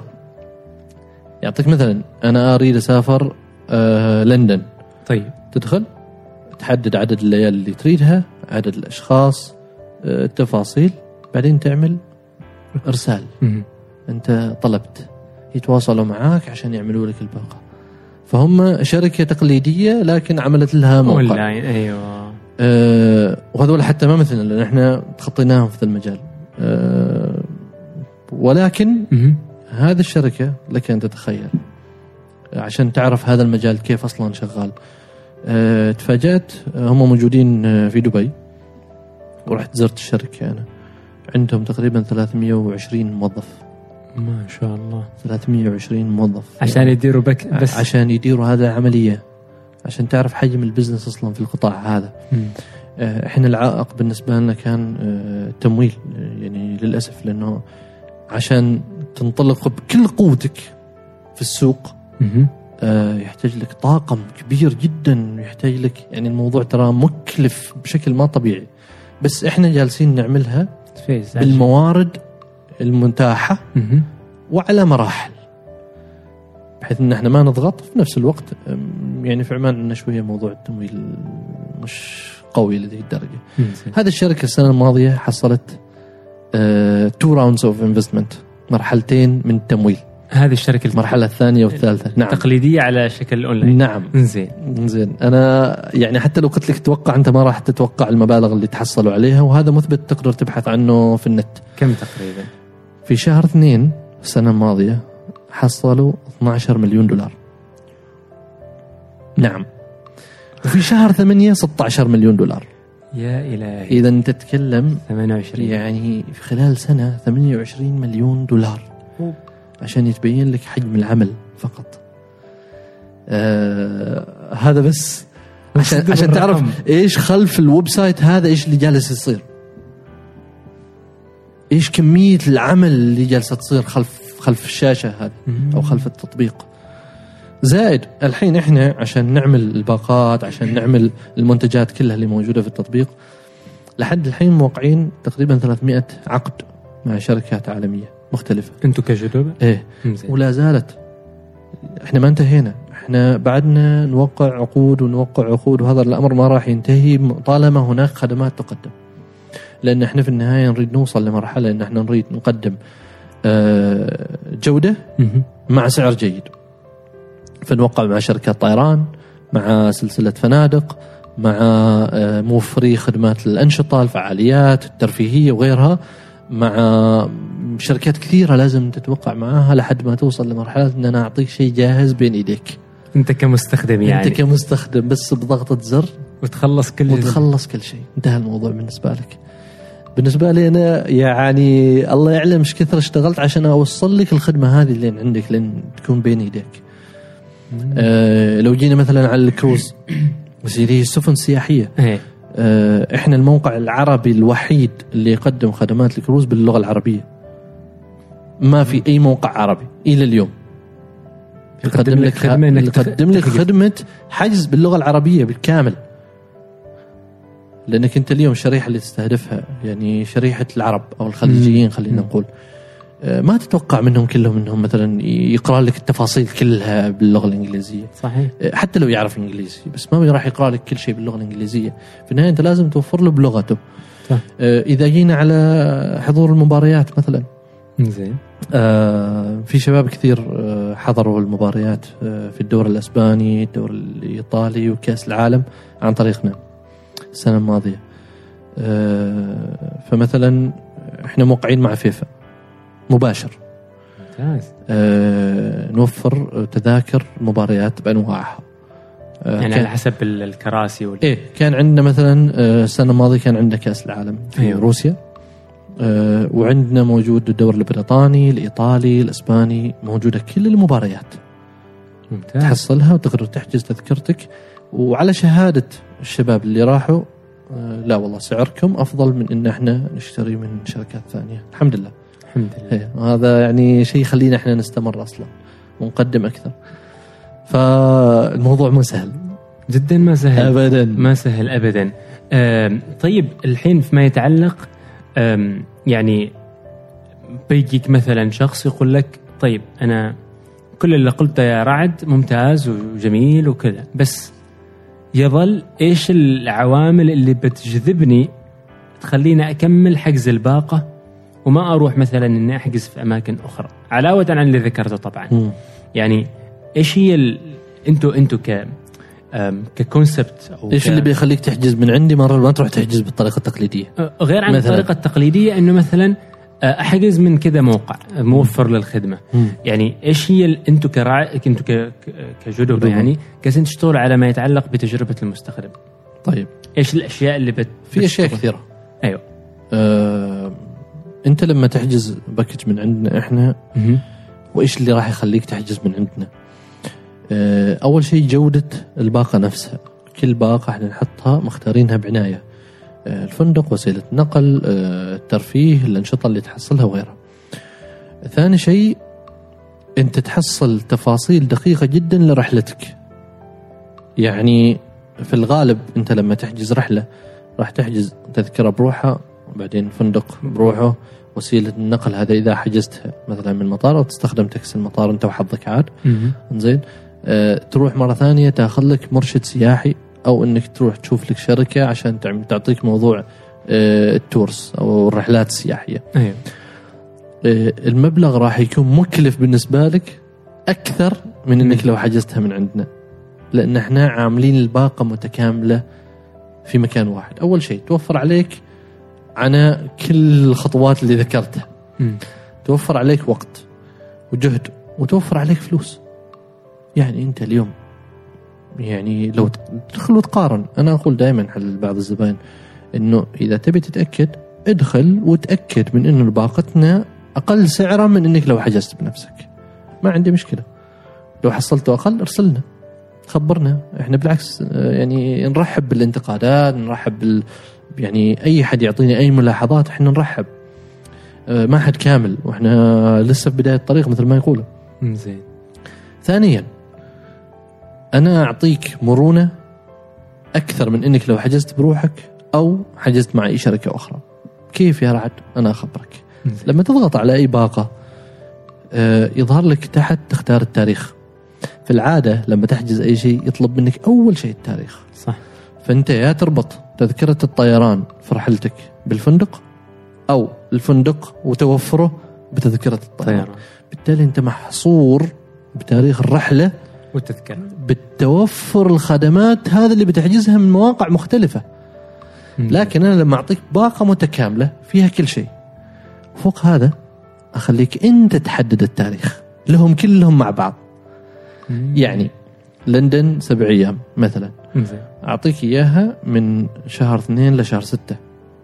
يعطيك مثلا أنا أريد أسافر آه لندن. طيب تدخل تحدد عدد الليالي اللي تريدها، عدد الأشخاص، آه التفاصيل، بعدين تعمل إرسال. م- أنت طلبت، يتواصلوا معاك عشان يعملوا لك الباقة. فهم شركة تقليدية لكن عملت لها موقع أونلاين. أيوة. أه وهذول حتى ما مثلنا لأن احنا تخطيناهم في المجال. أه ولكن م- هذه الشركة لك أن تتخيل عشان تعرف هذا المجال كيف أصلا شغال. أه تفاجأت هم موجودين في دبي ورحت زرت الشركة أنا، عندهم تقريبا ثلاثمية وعشرين موظف. ما شاء الله. ثلاثمية وعشرين موظف عشان يعني يديروا بك بس عشان يديروا هذا العملية، عشان تعرف حجم البزنس أصلا في القطاع هذا. م. احنا العائق بالنسبة لنا كان التمويل يعني للأسف، لأنه عشان تنطلق بكل قوتك في السوق م- يحتاج لك طاقم كبير جدا، يحتاج لك يعني الموضوع ترى مكلف بشكل ما طبيعي. بس احنا جالسين نعملها بالموارد المتاحة م- وعلى مراحل بحيث ان احنا ما نضغط في نفس الوقت. يعني في عمان عندنا شوية موضوع التمويل مش قوي لهذه الدرجة. هذه الشركة السنة الماضية حصلت تو راوندز اوف انفستمنت، مرحلتين من التمويل. هذه الشركة المرحلة الثانية والثالثة نعم تقليدية على شكل أونلاين. نعم. زين زين. أنا يعني حتى لو قلت لك توقع أنت ما راح تتوقع المبالغ اللي تحصلوا عليها، وهذا مثبت تقدر تبحث عنه في النت. كم تقريبا؟ في شهر اثنين السنة الماضية حصلوا اثنا عشر مليون دولار. نعم. وفي شهر ثمانية ستة عشر مليون دولار. يا إلهي. إذا أنت تتكلم ثمانية وعشرين يعني في خلال سنة ثمانية وعشرين مليون دولار عشان يتبين لك حجم العمل فقط. آه هذا بس عشان عشان تعرف ايش خلف الويب سايت هذا، ايش اللي جالس يصير، ايش كمية العمل اللي جالسة تصير خلف خلف الشاشة هذه او خلف التطبيق. زائد الحين احنا عشان نعمل الباقات، عشان نعمل المنتجات كلها اللي موجودة في التطبيق، لحد الحين موقعين تقريبا ثلاثمائة عقد مع شركات عالمية مختلفة. انتوا كجدوبة؟ ايه. ولا زالت احنا ما انتهينا، احنا بعدنا نوقع عقود ونوقع عقود، وهذا الامر ما راح ينتهي طالما هناك خدمات تقدم. لان احنا في النهاية نريد نوصل لمرحلة ان احنا نريد نقدم جودة مع سعر جيد، فنوقع مع شركات طيران، مع سلسلة فنادق، مع موفري خدمات الأنشطة، الفعاليات الترفيهية وغيرها، مع شركات كثيرة لازم تتوقع معها لحد ما توصل لمرحلة أن أنا أعطيك شيء جاهز بين إيديك أنت كمستخدم. يعني أنت كمستخدم بس بضغطة زر وتخلص كل وتخلص كل شيء، انتهى الموضوع بالنسبة لك. بالنسبة لي أنا يعني الله يعلم إيش كثر اشتغلت عشان أوصل لك الخدمة هذه اللي عندك لين تكون بين يديك. آه لو جينا مثلا على الكروز وسيري السفن السياحية، آه إحنا الموقع العربي الوحيد اللي يقدم خدمات الكروز باللغة العربية. ما في أي موقع عربي إلى اليوم يقدم لك خدمة يقدم لك خدمة حجز باللغة العربية بالكامل. لأنك أنت اليوم الشريحة اللي تستهدفها يعني شريحة العرب أو الخليجيين خلينا نقول، ما تتوقع منهم كلهم أنهم مثلا يقرأ لك التفاصيل كلها باللغة الإنجليزية. صحيح. حتى لو يعرف إنجليزي بس ما راح يقرأ لك كل شيء باللغة الإنجليزية. في النهاية أنت لازم توفر له بلغته. صح. إذا جينا على حضور المباريات مثلا، زين، آه في شباب كثير آه حضروا المباريات آه في الدوري الأسباني، الدوري الإيطالي، وكأس العالم عن طريقنا السنة الماضية. آه فمثلا احنا موقعين مع فيفا مباشر. ممتاز. آه نوفر تذاكر مباريات بأنواعها، آه يعني على حسب الكراسي وال... ايه. كان عندنا مثلا آه السنة الماضية كان عندنا كأس العالم في أيوه. روسيا، آه وعندنا موجود الدوري البريطاني، الإيطالي، الإسباني، موجودة كل المباريات. ممتاز. تحصلها وتقدر تحجز تذكرتك، وعلى شهادة الشباب اللي راحوا آه لا والله سعركم أفضل من إن احنا نشتري من شركات ثانية. الحمد لله. الحمد لله. وهذا يعني شيء يخلينا احنا نستمر أصلا ونقدم أكثر. فالموضوع ما سهل جدا، ما سهل أبدا، ما سهل أبدا. طيب الحين فيما يتعلق يعني بيجيك مثلا شخص يقول لك طيب أنا كل اللي قلته يا رعد ممتاز وجميل وكذا، بس يظل إيش العوامل اللي بتجذبني تخليني أكمل حجز الباقة وما أروح مثلا إني أحجز في أماكن أخرى، علاوة عن اللي ذكرته طبعا. م. يعني إيش هي ال... أنتوا أنتوا ك ككونسبت أو إيش ك... اللي بيخليك تحجز من عندي مرة ما تروح تحجز بالطريقة التقليدية؟ غير عن مثلاً. الطريقة التقليدية إنه مثلا أحجز من كذا موقع موفر م. للخدمة. م. يعني إيش هي ال... أنتوا كراعي أنتوا ك... كجدوبة يعني كاسين تشتغل على ما يتعلق بتجربة المستخدم. طيب إيش الأشياء اللي بت... في أشياء كثيرة. أيوة. أه... أنت لما تحجز باكج من عندنا إحنا م- وإيش اللي راح يخليك تحجز من عندنا؟ أه أول شيء جودة الباقة نفسها. كل باقة إحنا نحطها مختارينها بعناية، أه الفندق، وسيلة النقل، أه الترفيه، الأنشطة اللي تحصلها وغيرها. ثاني شيء أنت تحصل تفاصيل دقيقة جدا لرحلتك. يعني في الغالب أنت لما تحجز رحلة راح تحجز تذكرة بروحها، وبعدين فندق بروحه، وسيلة النقل هذا إذا حجزتها مثلا من المطار أو تستخدم تاكسي المطار أنت وحظك عاد. إنزين أه تروح مرة ثانية تأخذ لك مرشد سياحي، أو إنك تروح تشوف لك شركة عشان تعطيك موضوع أه التورس أو الرحلات السياحية. أيوة. أه المبلغ راح يكون مكلف بالنسبة لك أكثر من إنك لو حجزتها من عندنا، لأن إحنا عاملين الباقة متكاملة في مكان واحد. أول شيء توفر عليك عنا كل الخطوات اللي ذكرتها، م. توفر عليك وقت وجهد وتوفر عليك فلوس. يعني أنت اليوم يعني لو تدخل وتقارن، أنا أقول دائما على بعض الزبائن إنه إذا تبي تتأكد ادخل وتأكد من إنه باقتنا أقل سعرا من إنك لو حجزت بنفسك. ما عندي مشكلة، لو حصلته أقل ارسلنا. خبرنا. احنا بالعكس يعني نرحب بالانتقادات، نرحب بال يعني اي حد يعطيني اي ملاحظات احنا نرحب. ما حد كامل واحنا لسه في بداية الطريق مثل ما يقولوا. زين. ثانيا انا اعطيك مرونة اكثر من انك لو حجزت بروحك او حجزت مع اي شركة اخرى. كيف يا رعد؟ انا اخبرك. زين. لما تضغط على اي باقة اه يظهر لك تحت تختار التاريخ. في العادة لما تحجز اي شيء يطلب منك اول شيء التاريخ. صح. فانت يا تربط تذكرة الطيران في رحلتك بالفندق او الفندق وتوفره بتذكرة الطيران. طيران. بالتالي انت محصور بتاريخ الرحلة والتذكرة بالتوفر الخدمات هذا اللي بتحجزها من مواقع مختلفة. م- لكن انا لما اعطيك باقة متكاملة فيها كل شيء، فوق هذا اخليك انت تحدد التاريخ لهم كلهم مع بعض. م- يعني لندن سبع ايام مثلا، م- اعطيك اياها من شهر اثنين لشهر ستة.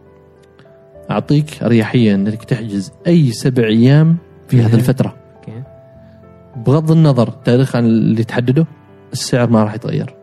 أعطيك أريحية أنك تحجز أي سبع أيام في هذه الفترة. أوكي. بغض النظر التاريخ عن اللي تحدده، السعر ما راح يتغير،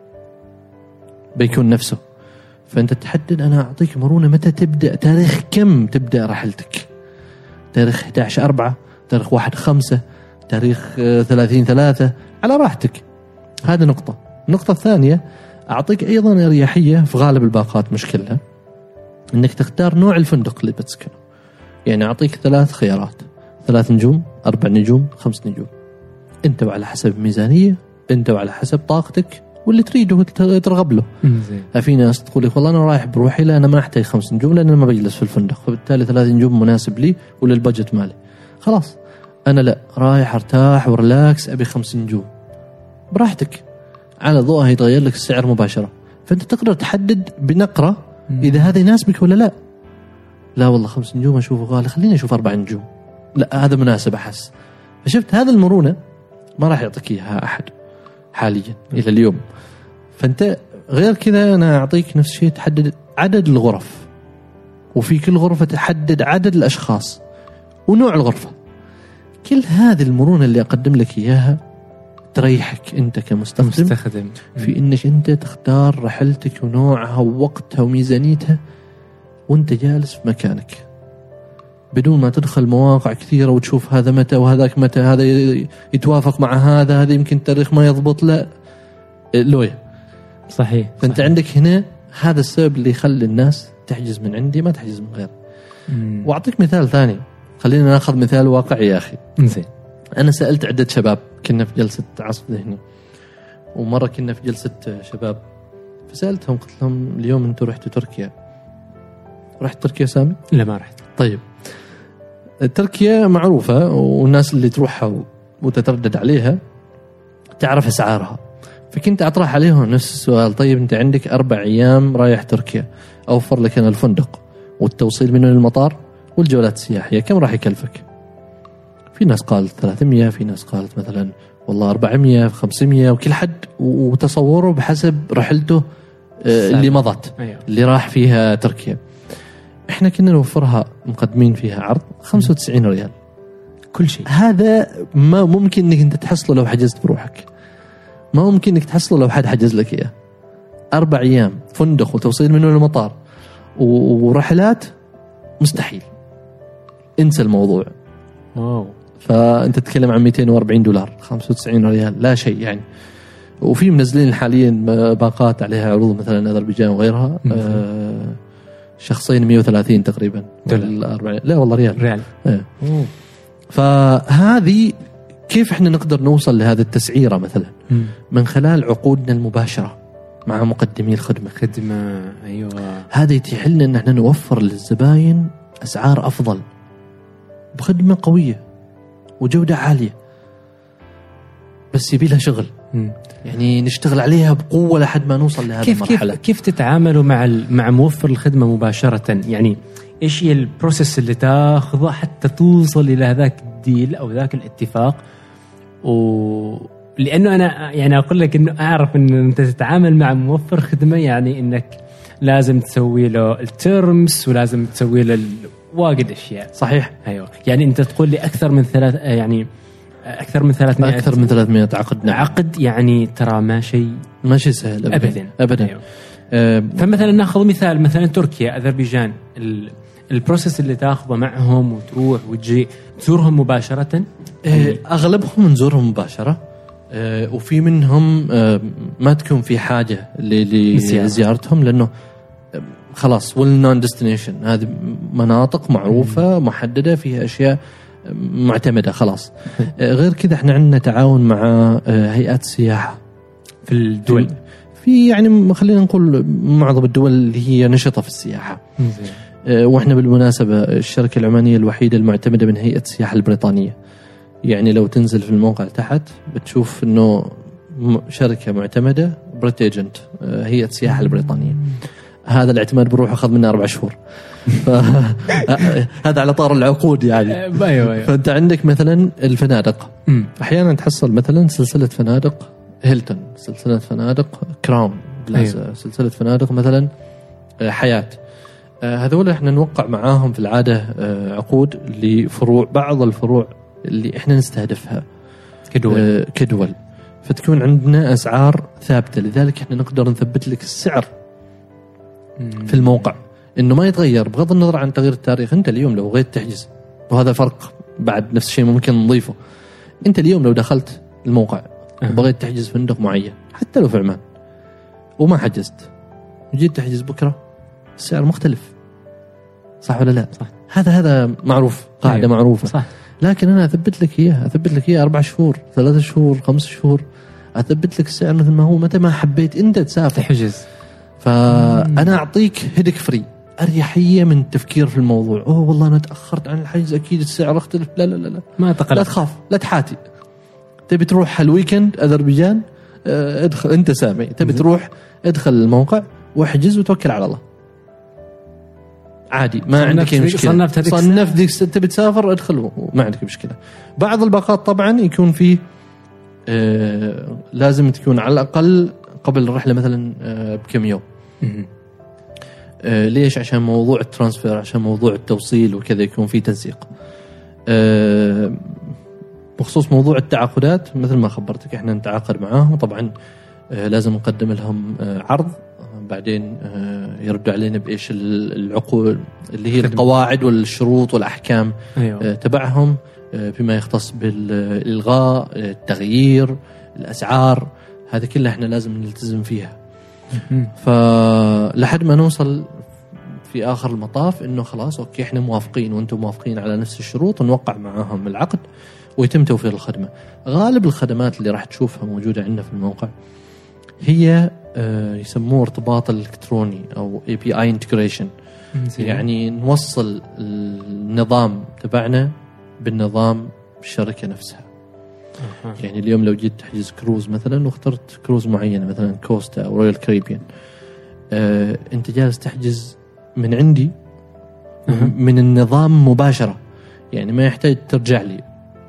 بيكون نفسه. فأنت تحدد، أنا أعطيك مرونة متى تبدأ، تاريخ كم تبدأ رحلتك، تاريخ أحد عشر أربعة، تاريخ واحد خمسة، تاريخ ثلاثين ثلاثة، على راحتك. هذه نقطة. النقطة الثانية أعطيك أيضا أريحية في غالب الباقات مش كلها، انك تختار نوع الفندق اللي بتسكنه. يعني اعطيك ثلاث خيارات، ثلاث نجوم، اربع نجوم، خمس نجوم. انت وعلى حسب الميزانية، انت وعلى حسب طاقتك واللي تريده ترغب له. في ناس تقول لك والله انا رايح بروحي، لا انا ما احتاج خمس نجوم لان انا ما بجلس في الفندق، فبالتالي ثلاث نجوم مناسب لي وللبجت مالي. خلاص انا لا، رايح ارتاح ورلاكس، ابي خمس نجوم. براحتك، على ضوءها يتغير لك السعر مباشرة. فانت تقدر تحدد بنقرة إذا هذا يناسبك ولا لا. لا والله خمس نجوم أشوفه غالي، خليني أشوف أربع نجوم، لا هذا مناسب أحس. فشفت هذا المرونة ما راح يعطيك إياها أحد حاليا إلى اليوم. فأنت غير كذا أنا أعطيك نفس الشيء، تحدد عدد الغرف، وفي كل غرفة تحدد عدد الأشخاص ونوع الغرفة. كل هذه المرونة اللي أقدم لك إياها تريحك أنت كمستخدم مستخدم. في إنك أنت تختار رحلتك ونوعها ووقتها وميزانيتها وأنت جالس في مكانك، بدون ما تدخل مواقع كثيرة وتشوف هذا متى وهذاك متى، هذا يتوافق مع هذا، هذا يمكن التاريخ ما يضبط، لا لوية. صحيح. فأنت صحيح. عندك هنا هذا السبب اللي يخلي الناس تحجز من عندي ما تحجز من غير. مم. وأعطيك مثال ثاني، خلينا ناخذ مثال واقعي يا أخي. زين. أنا سألت عدة شباب، كنا في جلسة عصف ذهني، ومرة كنا في جلسة شباب، فسألتهم قلت لهم اليوم أنتوا رحتوا تركيا، رحت تركيا سامي؟ لا ما رحت. طيب تركيا معروفة والناس اللي تروحها وتتردد عليها تعرف أسعارها، فكنت أطرح عليهم نفس السؤال. طيب أنت عندك أربع أيام رايح تركيا، أوفر لك أنا الفندق والتوصيل منه للمطار والجولات السياحية، كم راح يكلفك؟ في ناس قالت ثلاثمية، في ناس قالت مثلا والله أربعمية، خمسمية، وكل حد وتصوره بحسب رحلته اللي مضت. أيوه. اللي راح فيها تركيا. احنا كنا نوفرها مقدمين فيها عرض خمسة وتسعين ريال كل شيء. هذا ما ممكن انك انت تحصله لو حجزت بروحك، ما ممكن انك تحصله لو حد حجز لك اياه. اربع ايام فندق وتوصيل منه للمطار ورحلات، مستحيل، انسى الموضوع. واو. فانت تتكلم عن مئتين وأربعين دولار، خمسة وتسعين ريال لا شيء يعني. وفي منزلين حاليا باقات عليها عروض مثلا أذربيجان وغيرها، آه شخصين مئة وثلاثين تقريبا دولار. لا والله ريال ريال. آه. فهذه كيف احنا نقدر نوصل لهذه التسعيرة مثلا؟ مم. من خلال عقودنا المباشرة مع مقدمي الخدمة. خدمة. أيوة. هذا يتيح لنا ان احنا نوفر للزباين أسعار أفضل بخدمة قوية وجودة عالية، بس يبي لها شغل. مم. يعني نشتغل عليها بقوة لحد ما نوصل لهذه كيف المرحلة. كيف كيف تتعاملوا مع مع موفر الخدمة مباشرة؟ يعني إيش هي البروسيس اللي تأخذه حتى توصل إلى هذاك الديل أو ذاك الاتفاق؟ و لأنه أنا يعني أقول لك إنه أعرف إنه أنت تتعامل مع موفر خدمة، يعني إنك لازم تسوي له التيرمز ولازم تسوي له واجد أشياء. صحيح. أيوة. يعني أنت تقول لي أكثر من ثلاث، يعني أكثر من ثلاثمائة أكثر من ثلاثمائة عقد. نعم. عقد يعني ترى ما شيء ما شيء سهل أبدا أبدا, أبداً. أيوه. أه فمثلا ناخذ مثال مثلا تركيا أذربيجان، البروسيس اللي تاخذه معهم وتروح وتجي تزورهم مباشرة. أه أغلبهم نزورهم مباشرة، أه وفي منهم أه ما تكون في حاجة لزيارتهم لأنه خلاص والنون ديستنيشن، هذه مناطق معروفة محددة فيها أشياء معتمدة خلاص. غير كذا احنا عندنا تعاون مع هيئات السياحة في الدول، في يعني خلينا نقول معظم الدول اللي هي نشطة في السياحة. واحنا بالمناسبة الشركة العمانية الوحيدة المعتمدة من هيئة السياحة البريطانية. يعني لو تنزل في الموقع تحت بتشوف انه شركة معتمدة بريت ايجنت، هيئة السياحة البريطانية. هذا الاعتماد بروح أخذ منه أربع شهور. هذا على طار العقود يعني. فأنت عندك مثلا الفنادق، أحيانا تحصل مثلا سلسلة فنادق هيلتون، سلسلة فنادق كراون بلازا، سلسلة فنادق مثلا حياة. هذول احنا نوقع معاهم في العادة عقود لفروع، بعض الفروع اللي احنا نستهدفها كدول كدول فتكون عندنا أسعار ثابتة، لذلك احنا نقدر نثبت لك السعر في الموقع انه ما يتغير بغض النظر عن تغيير التاريخ. انت اليوم لو بغيت تحجز، وهذا فرق بعد نفس الشيء ممكن نضيفه، انت اليوم لو دخلت الموقع وبغيت تحجز فندق معين حتى لو في عمان وما حجزت وجيت تحجز بكره السعر مختلف، صح ولا لا؟ صح. هذا هذا معروف، قاعده أيوة. معروفه صح. لكن انا اثبت لك اياه، اثبت لك اياه اربع شهور، ثلاثة شهور، خمس شهور، اثبت لك السعر مثل ما هو متى ما حبيت انت تسافر تحجز. فأنا أعطيك هيدك فري، أريحية من التفكير في الموضوع. أوه والله أنا تأخرت عن الحجز أكيد السعر اختلف. لا لا لا لا ما تقلق، لا تخاف، لا تحاتي. تبي تروح هالويكند أذربيجان، اه ادخل أنت سامي، تبي تروح ادخل الموقع واحجز وتوكل على الله عادي، ما عندك أي مشكلة. صنفت هذيك صنفت ديك تبي تسافر ادخل وما عندك مشكلة. بعض الباقات طبعا يكون فيه اه لازم تكون على الأقل قبل الرحلة مثلا بكم يوم. آه ليش؟ عشان موضوع الترانسفير، عشان موضوع التوصيل وكذا يكون في تنسيق. آه بخصوص موضوع التعاقدات مثل ما خبرتك احنا نتعاقد معاهم طبعا. آه لازم نقدم لهم آه عرض، بعدين آه يردوا علينا بإيش العقود اللي هي القواعد والشروط والأحكام أيوة. آه تبعهم آه بما يختص بالإلغاء، التغيير، الأسعار، هذا كله احنا لازم نلتزم فيها. فلحد ما نوصل في آخر المطاف إنه خلاص أوكي احنا موافقين وأنتم موافقين على نفس الشروط، ونوقع معاهم العقد ويتم توفير الخدمة. غالب الخدمات اللي راح تشوفها موجودة عندنا في الموقع هي آه يسموه ارتباط الإلكتروني أو إيه بي آي integration. يعني نوصل النظام تبعنا بالنظام الشركة نفسها. يعني اليوم لو جيت تحجز كروز مثلا واخترت كروز معينة مثلا كوستا أو رويال كاريبيان، آه، أنت جالس تحجز من عندي من النظام مباشرة، يعني ما يحتاج ترجع لي،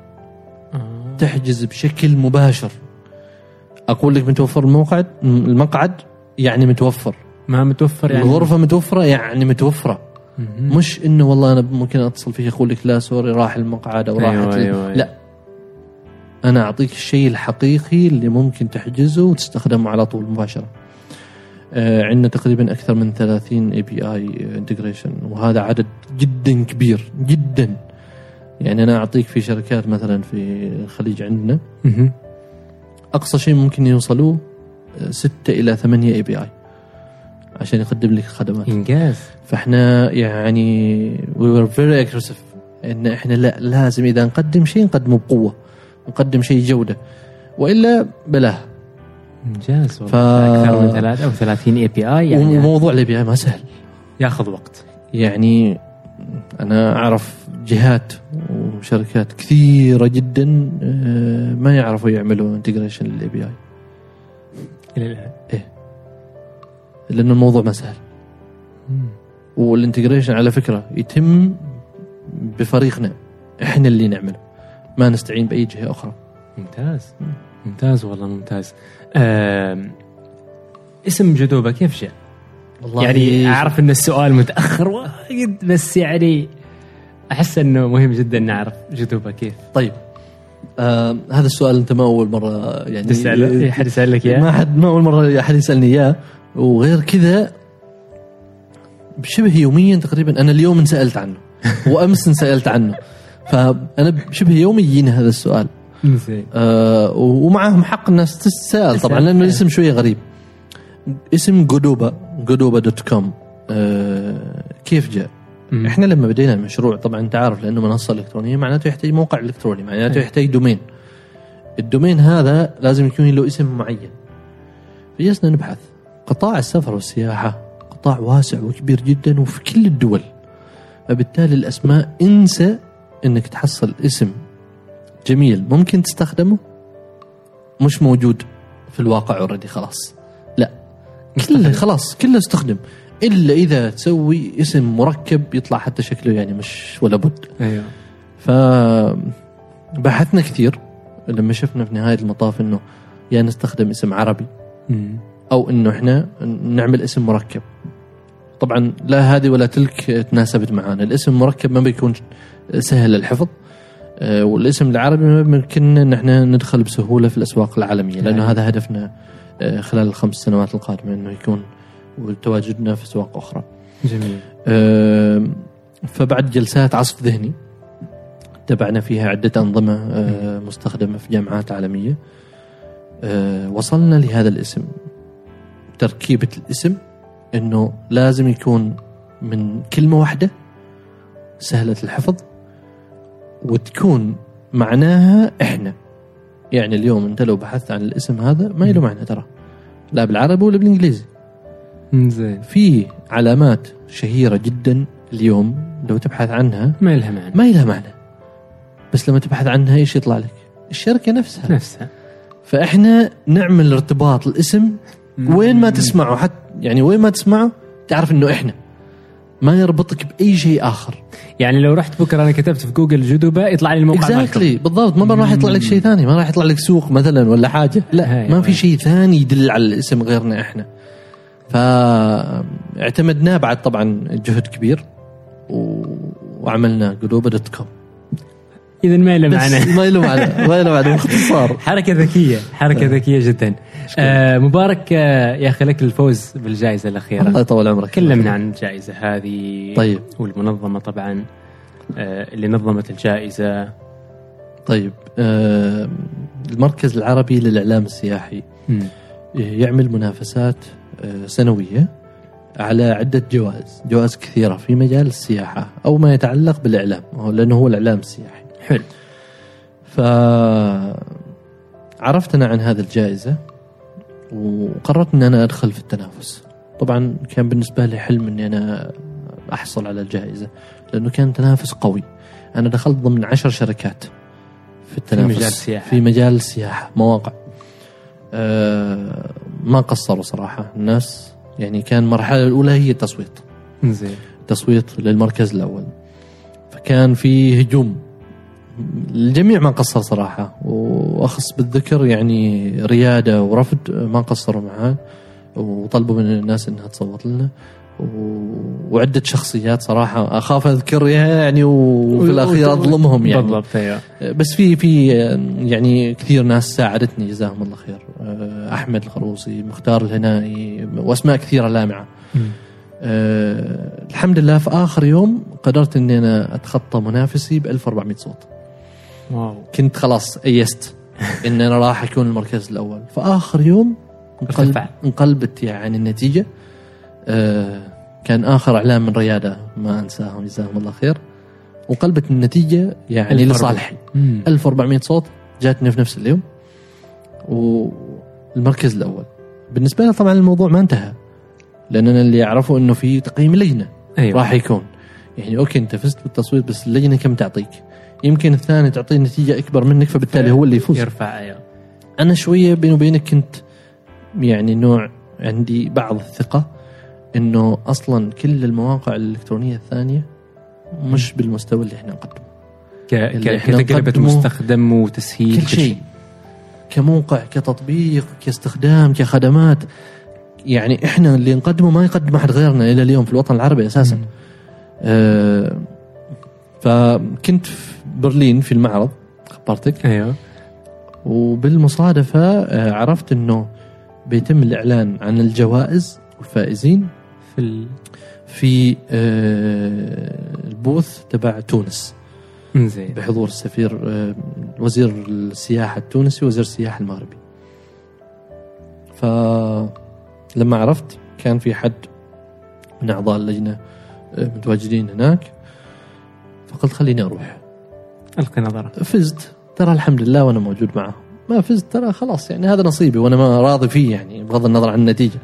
تحجز بشكل مباشر. أقول لك متوفر الموقع المقعد يعني متوفر، ما متوفر يعني الغرفة متوفرة يعني متوفرة. مش إنه والله أنا ممكن أتصل فيك أقول لك لا سوري راح المقعد أو راحت أيوة أيوة أيوة. لا، أنا أعطيك الشيء الحقيقي اللي ممكن تحجزه وتستخدمه على طول مباشرة. آه عندنا تقريبا أكثر من ثلاثين إيه بي آي integration، وهذا عدد جدا كبير جدا. يعني أنا أعطيك في شركات مثلا في الخليج عندنا أقصى شيء ممكن يوصلوه ستة إلى ثمانية إيه بي آي عشان يقدم لك خدمات. إنجاز. فإحنا يعني we were very aggressive إن إحنا لا لازم إذا نقدم شيء نقدمه بقوة، نقدم شيء جودة، وإلا بلاه. إنجاز. ف... أكثر من ثلاثة أو ثلاثين إيه بي آي يعني. وموضوع الإيه بي آي ما سهل، يأخذ وقت. يعني أنا أعرف جهات وشركات كثيرة جدا ما يعرفوا يعملوا انتجريشن للإيه بي آي إلى الآن. إيه، لأن الموضوع ما سهل. والانتجريشن على فكرة يتم بفريقنا إحنا اللي نعمله، ما نستعين بأي جهة أخرى. ممتاز ممتاز والله ممتاز. اسم جذوبة كيف جاء؟ يعني أعرف أن السؤال متأخر وايد، بس يعني أحس أنه مهم جدا نعرف جذوبة كيف. طيب آه هذا السؤال انت ما اول مره يعني تساله، اي حد يسال لك اياه؟ ما حد ما اول مره احد يسالني اياه. وغير كذا بشبه يوميا تقريبا انا اليوم انسالت عنه وامس انسالت عنه، فانا بشبه يوميا هذا السؤال. آه ومعهم حق الناس تسال طبعا لانه الاسم شويه غريب. اسم جودوبا جودوبا دوت كوم آه كيف جاء؟ مم. احنا لما بدينا المشروع طبعا انت عارف لانه منصه الكترونيه معناته يحتاج موقع الكتروني، معناته يحتاج دومين. الدومين هذا لازم يكون له اسم معين. فجلسنا نبحث. قطاع السفر والسياحه قطاع واسع وكبير جدا وفي كل الدول، فبالتالي الاسماء انسى انك تحصل اسم جميل ممكن تستخدمه مش موجود في الواقع اوريدي خلاص، لا كله خلاص كله استخدم إلا إذا تسوي اسم مركب يطلع حتى شكله يعني مش ولا بد. أيوة. فبحثنا كثير لما شفنا في نهاية المطاف إنه يا يعني نستخدم اسم عربي م. أو إنه إحنا نعمل اسم مركب. طبعا لا هذه ولا تلك تناسبت معانا. الاسم مركب ما بيكون سهل الحفظ، والاسم العربي ما بيمكن إن إحنا ندخل بسهولة في الأسواق العالمية، لأنه هذا هدفنا خلال الخمس سنوات القادمة إنه يكون وتواجدنا في أسواق أخرى. جميل. أه فبعد جلسات عصف ذهني تبعنا فيها عدة أنظمة أه مستخدمة في جامعات عالمية، أه وصلنا لهذا الاسم. تركيبة الاسم إنه لازم يكون من كلمة واحدة سهلة الحفظ وتكون معناها إحنا. يعني اليوم أنت لو بحثت عن الاسم هذا ما له معنى ترى لا بالعربي ولا بالإنجليزي. زين. في علامات شهيرة جدا اليوم لو تبحث عنها ما لها معنى، ما لها معنى، بس لما تبحث عنها ايش يطلع لك؟ الشركة نفسها نفسها. فاحنا نعمل ارتباط الاسم وين ما تسمعه، حتى يعني وين ما تسمعه تعرف انه احنا، ما يربطك باي شيء اخر. يعني لو رحت بكره انا كتبت في جوجل جودوبا يطلع لي الموقع مالكم exactly. بالضبط. ما راح يطلع لك شيء ثاني، ما راح يطلع لك سوق مثلا ولا حاجة، لا ما في شيء ثاني يدل على الاسم غيرنا احنا. فاعتمدناه بعد طبعا جهد كبير وعملنا جودوبا دوت كوم. إذا ما له معنى، ما له معنى، ما له معنى، باختصار. حركة ذكية، حركة ذكية جدا. آه مبارك آه يا أخي لك الفوز بالجائزة الأخيرة. الله يطول عمرك. كلمنا عن الجائزة هذه. طيب. والمنظمة طبعا آه اللي نظمت الجائزة. طيب آه المركز العربي للإعلام السياحي م. يعمل منافسات آه سنوية على عدة جوائز، جوائز كثيرة في مجال السياحة أو ما يتعلق بالإعلام، لأنه هو الإعلام السياحي. حلو. فعرفتنا عن هذه الجائزة وقررت أن أنا أدخل في التنافس. طبعا كان بالنسبة لي حلم أني أنا أحصل على الجائزة، لأنه كان تنافس قوي. أنا دخلت ضمن عشر شركات في التنافس في مجال السياحة، في مجال السياحة مواقع. أه ما قصروا صراحة الناس، يعني كان المرحلة الأولى هي التصويت. زين. تصويت للمركز الأول، فكان في هجوم. الجميع ما قصر صراحة، وأخص بالذكر يعني ريادة ورفد ما قصروا معاه وطلبوا من الناس أنها تصوت لنا، وعدة شخصيات صراحة أخاف أذكرها يعني وفي الأخير أظلمهم يعني. بالضبط. بس في في يعني كثير ناس ساعدتني جزاهم الله خير. أحمد الخروصي، مختار الهنائي، وأسماء كثيرة لامعة. أه الحمد لله في آخر يوم قدرت أني أنا أتخطى منافسي بألف وأربعمائة صوت. واو. كنت خلاص أيست إن أنا راح أكون المركز الأول. في آخر يوم انقلب انقلبت يعني النتيجة. أه كان آخر إعلام من ريادة ما أنساهم جزاهم الله خير، وقلبت النتيجة يعني لصالحي. ألف وأربعمائة صوت جاتني في نفس اليوم والمركز الأول. بالنسبة لي طبعا الموضوع ما انتهى، لأننا اللي أعرفه إنه في تقييم لجنة. أيوة. راح يكون يعني أوكي أنت فزت بالتصويت، بس اللجنة كم تعطيك؟ يمكن الثاني تعطيه نتيجة أكبر منك، فبالتالي هو اللي يفوز يرفع. أيوة. أنا شوية بيني وبينك كنت يعني نوع عندي بعض الثقة إنه أصلا كل المواقع الإلكترونية الثانية مش بالمستوى اللي إحنا نقدمه كتجربة مستخدم وتسهيل كل شيء، كموقع كتطبيق كاستخدام كخدمات. يعني إحنا اللي نقدمه ما يقدم أحد غيرنا إلى اليوم في الوطن العربي أساسا. آه فكنت في برلين في المعرض خبرتك. ايوه. وبالمصادفة عرفت انه بيتم الاعلان عن الجوائز والفائزين في ال... في البوث تبع تونس زي. بحضور السفير وزير السياحة التونسي وزير السياحة المغربي. فلما عرفت كان في حد من أعضاء اللجنة متواجدين هناك، فقلت خليني أروح ألقي نظرة. فزت ترى الحمد لله وأنا موجود معه، ما فزت ترى خلاص يعني هذا نصيبي وأنا ما راضي فيه يعني بغض النظر عن النتيجة.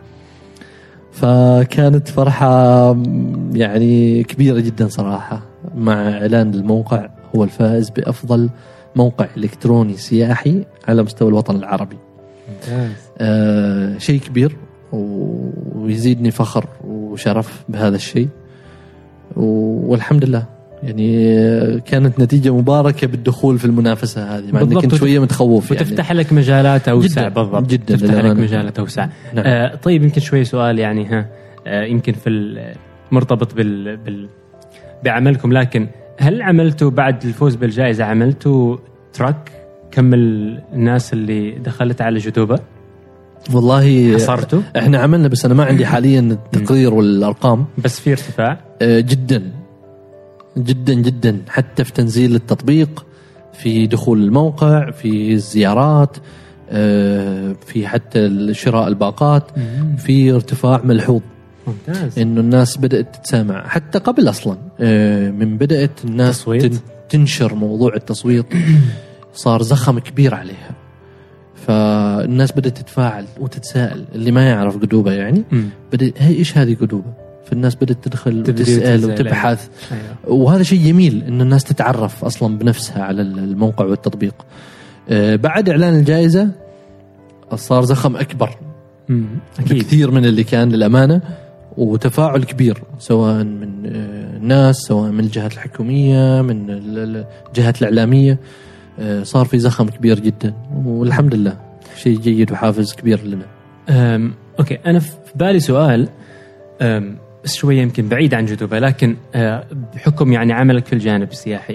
فكانت فرحة يعني كبيرة جدا صراحة مع إعلان الموقع هو الفائز بأفضل موقع إلكتروني سياحي على مستوى الوطن العربي. ممتاز. آه شيء كبير ويزيدني فخر وشرف بهذا الشيء، والحمد لله يعني كانت نتيجة مباركة بالدخول في المنافسة هذه، مع أني كنت شوية متخوف يعني. وتفتح لك مجالات أوسع. بالضبط جدا تفتح لك مجالات أوسع. نعم. آه طيب يمكن شوية سؤال يعني ها آه يمكن في مرتبط بال, بال بعملكم، لكن هل عملتوا بعد الفوز بالجائزة عملتوا تراك كمل الناس اللي دخلت على جدوبة؟ والله حصرتوا؟ احنا عملنا بس أنا ما عندي حاليا التقرير والأرقام، بس في ارتفاع آه جدا جدا جدا، حتى في تنزيل التطبيق، في دخول الموقع، في الزيارات، آه في حتى شراء الباقات، في ارتفاع ملحوظ. ممتاز. إنه الناس بدأت تتسامع حتى قبل أصلا آه من بدأت الناس تصويت. تنشر موضوع التصويت صار زخم كبير عليها، فالناس بدأت تتفاعل وتتساءل. اللي ما يعرف قدوبة يعني بدأ هي إيش هذه قدوبة، فالناس بدأت تدخل وتسأل وتبحث. أيوة. وهذا شيء جميل إنه الناس تتعرف أصلا بنفسها على الموقع والتطبيق. آه بعد إعلان الجائزة صار زخم أكبر كثير من اللي كان للأمانة، وتفاعل كبير سواء من الناس سواء من الجهات الحكومية من الجهات الإعلامية. صار في زخم كبير جدا والحمد لله شيء جيد وحافز كبير لنا. أم أوكي أنا في بالي سؤال بس شوية يمكن بعيد عن جدوبة، لكن بحكم يعني عملك في الجانب السياحي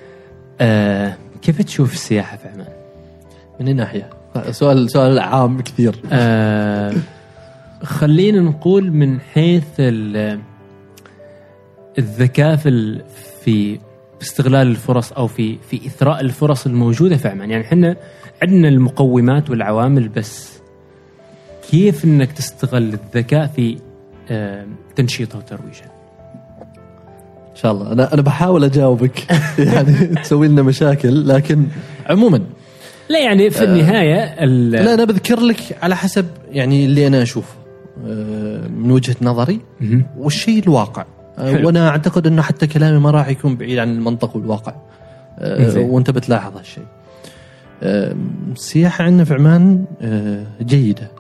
كيف تشوف السياحة في عمان؟ من أي ناحية؟ سؤال سؤال عام كثير. أه خلينا نقول من حيث الذكاء في في استغلال الفرص أو في في إثراء الفرص الموجودة في عمان. يعني إحنا عندنا المقومات والعوامل، بس كيف إنك تستغل الذكاء في تنشيطها وترويجها؟ إن شاء الله أنا أنا بحاول أجاوبك يعني تسوي لنا مشاكل، لكن عموما لا يعني في النهاية لا أنا بذكر لك على حسب يعني اللي أنا أشوفه من وجهة نظري والشيء الواقع. حلو. وأنا أعتقد أنه حتى كلامي ما راح يكون بعيد عن المنطق والواقع، وأنت بتلاحظ هالشيء. السياحة عندنا في عمان جيدة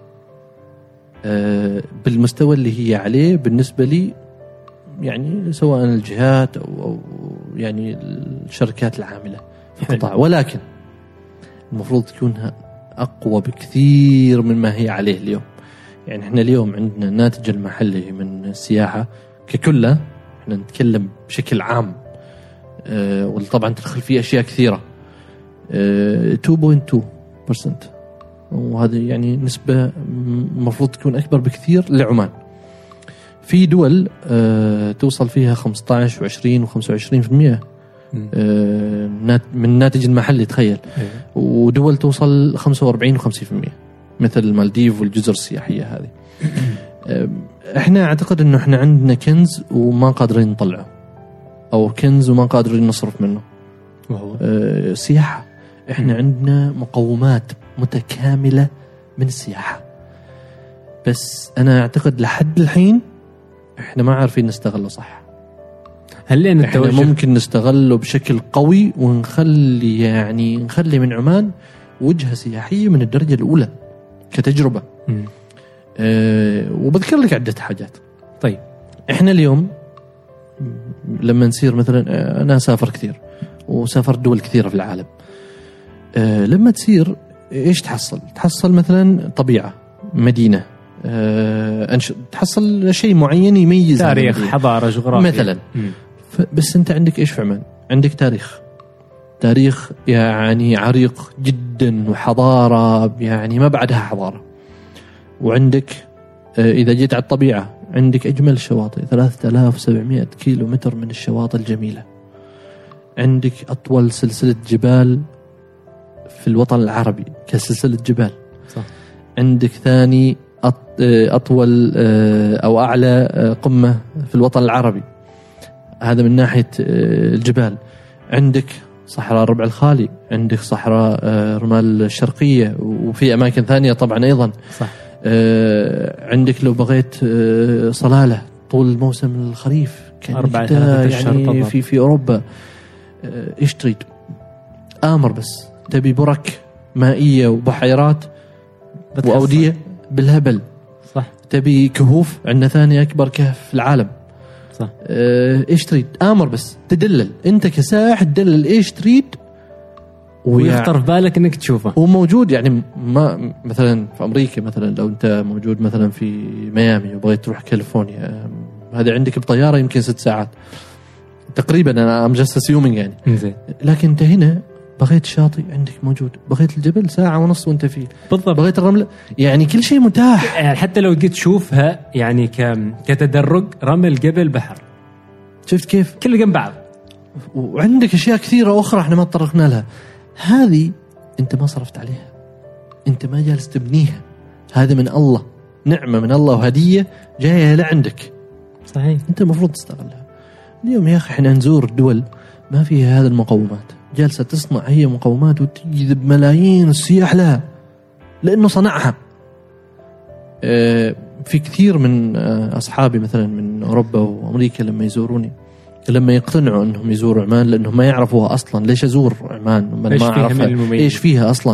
بالمستوى اللي هي عليه بالنسبة لي، يعني سواء الجهات أو, أو يعني الشركات العاملة في القطاع، ولكن المفروض تكون أقوى بكثير مما هي عليه اليوم. يعني إحنا اليوم عندنا الناتج المحلي من السياحة ككلها، إحنا نتكلم بشكل عام أه وطبعا تدخل فيه أشياء كثيرة، أه اثنين فاصلة اثنين بالمئة، وهذا يعني نسبة المفروض تكون أكبر بكثير لعمان. في دول أه توصل فيها خمسة عشر وعشرين وخمسة وعشرين بالمئة أه من الناتج المحلي، تخيل. ودول توصل خمسة وأربعين وخمسين بالمئة مثل المالديف والجزر السياحية هذه. احنا اعتقد انه احنا عندنا كنز وما قادرين نطلعه، او كنز وما قادرين نصرف منه، وهو اه سياحة. احنا عندنا مقومات متكاملة من السياحة، بس انا اعتقد لحد الحين احنا ما عارفين نستغله صح. هل لنا احنا التوجه ممكن نستغله بشكل قوي ونخلي يعني نخلي من عمان وجهة سياحية من الدرجة الأولى كتجربة. أه وبذكر لك عدة حاجات. طيب احنا اليوم لما نسير مثلا، انا سافر كثير وسافرت دول كثيرة في العالم، أه لما تسير ايش تحصل؟ تحصل مثلا طبيعة، مدينة، أه تحصل شيء معين يميز تاريخ، حضارة، جغرافيا مثلا. بس انت عندك ايش في عمان؟ عندك تاريخ، تاريخ يعني عريق جدا وحضارة يعني ما بعدها حضارة. وعندك إذا جيت على الطبيعة عندك أجمل الشواطئ ثلاثة آلاف وسبعمائة كيلو متر من الشواطئ الجميلة. عندك أطول سلسلة جبال في الوطن العربي كسلسلة جبال صح. عندك ثاني أطول أو أعلى قمة في الوطن العربي، هذا من ناحية الجبال. عندك صحراء الربع الخالي، عندك صحراء رمال الشرقية، وفي أماكن ثانية طبعا أيضا صح. عندك لو بغيت صلالة طول موسم الخريف أربعة يعني في في أوروبا. إيش تريد؟ آمر بس تبي برك مائية وبحيرات وأودية بالهبل صح. تبي كهوف، عندنا ثاني أكبر كهف في العالم صح. اه إيش تريد؟ آمر بس تدلل، أنت كسائح تدلل إيش تريد ويخطر في بالك إنك تشوفه وموجود. يعني ما مثلا في أمريكا مثلا لو أنت موجود مثلا في ميامي وبغيت تروح كاليفورنيا، هذا عندك بطيارة يمكن ست ساعات تقريبا، أنا I'm just assuming يعني. إنزين. لكن أنت هنا بغيت شاطئ عندك موجود، بغيت الجبل ساعة ونص وانت فيه بالضبط، بغيت الرمل يعني كل شيء متاح. يعني حتى لو جيت تشوفها يعني كتدرج رمل جبل بحر، شفت كيف كله جنب بعض. وعندك أشياء كثيرة أخرى احنا ما تطرقنا لها، هذه انت ما صرفت عليها، انت ما جالس تبنيها، هذا من الله، نعمة من الله وهدية جاية لعندك. صحيح. انت المفروض تستغلها. اليوم يا أخي احنا نزور الدول ما فيها هذه المقومات، جالسة تصنع هي مقومات وتجذب ملايين السياح لها لأنه صنعها. في كثير من أصحابي مثلا من أوروبا وأمريكا لما يزوروني لما يقتنعوا أنهم يزوروا عمان لأنهم ما يعرفوها أصلا، ليش أزور عمان ما أعرف إيش فيها أصلا.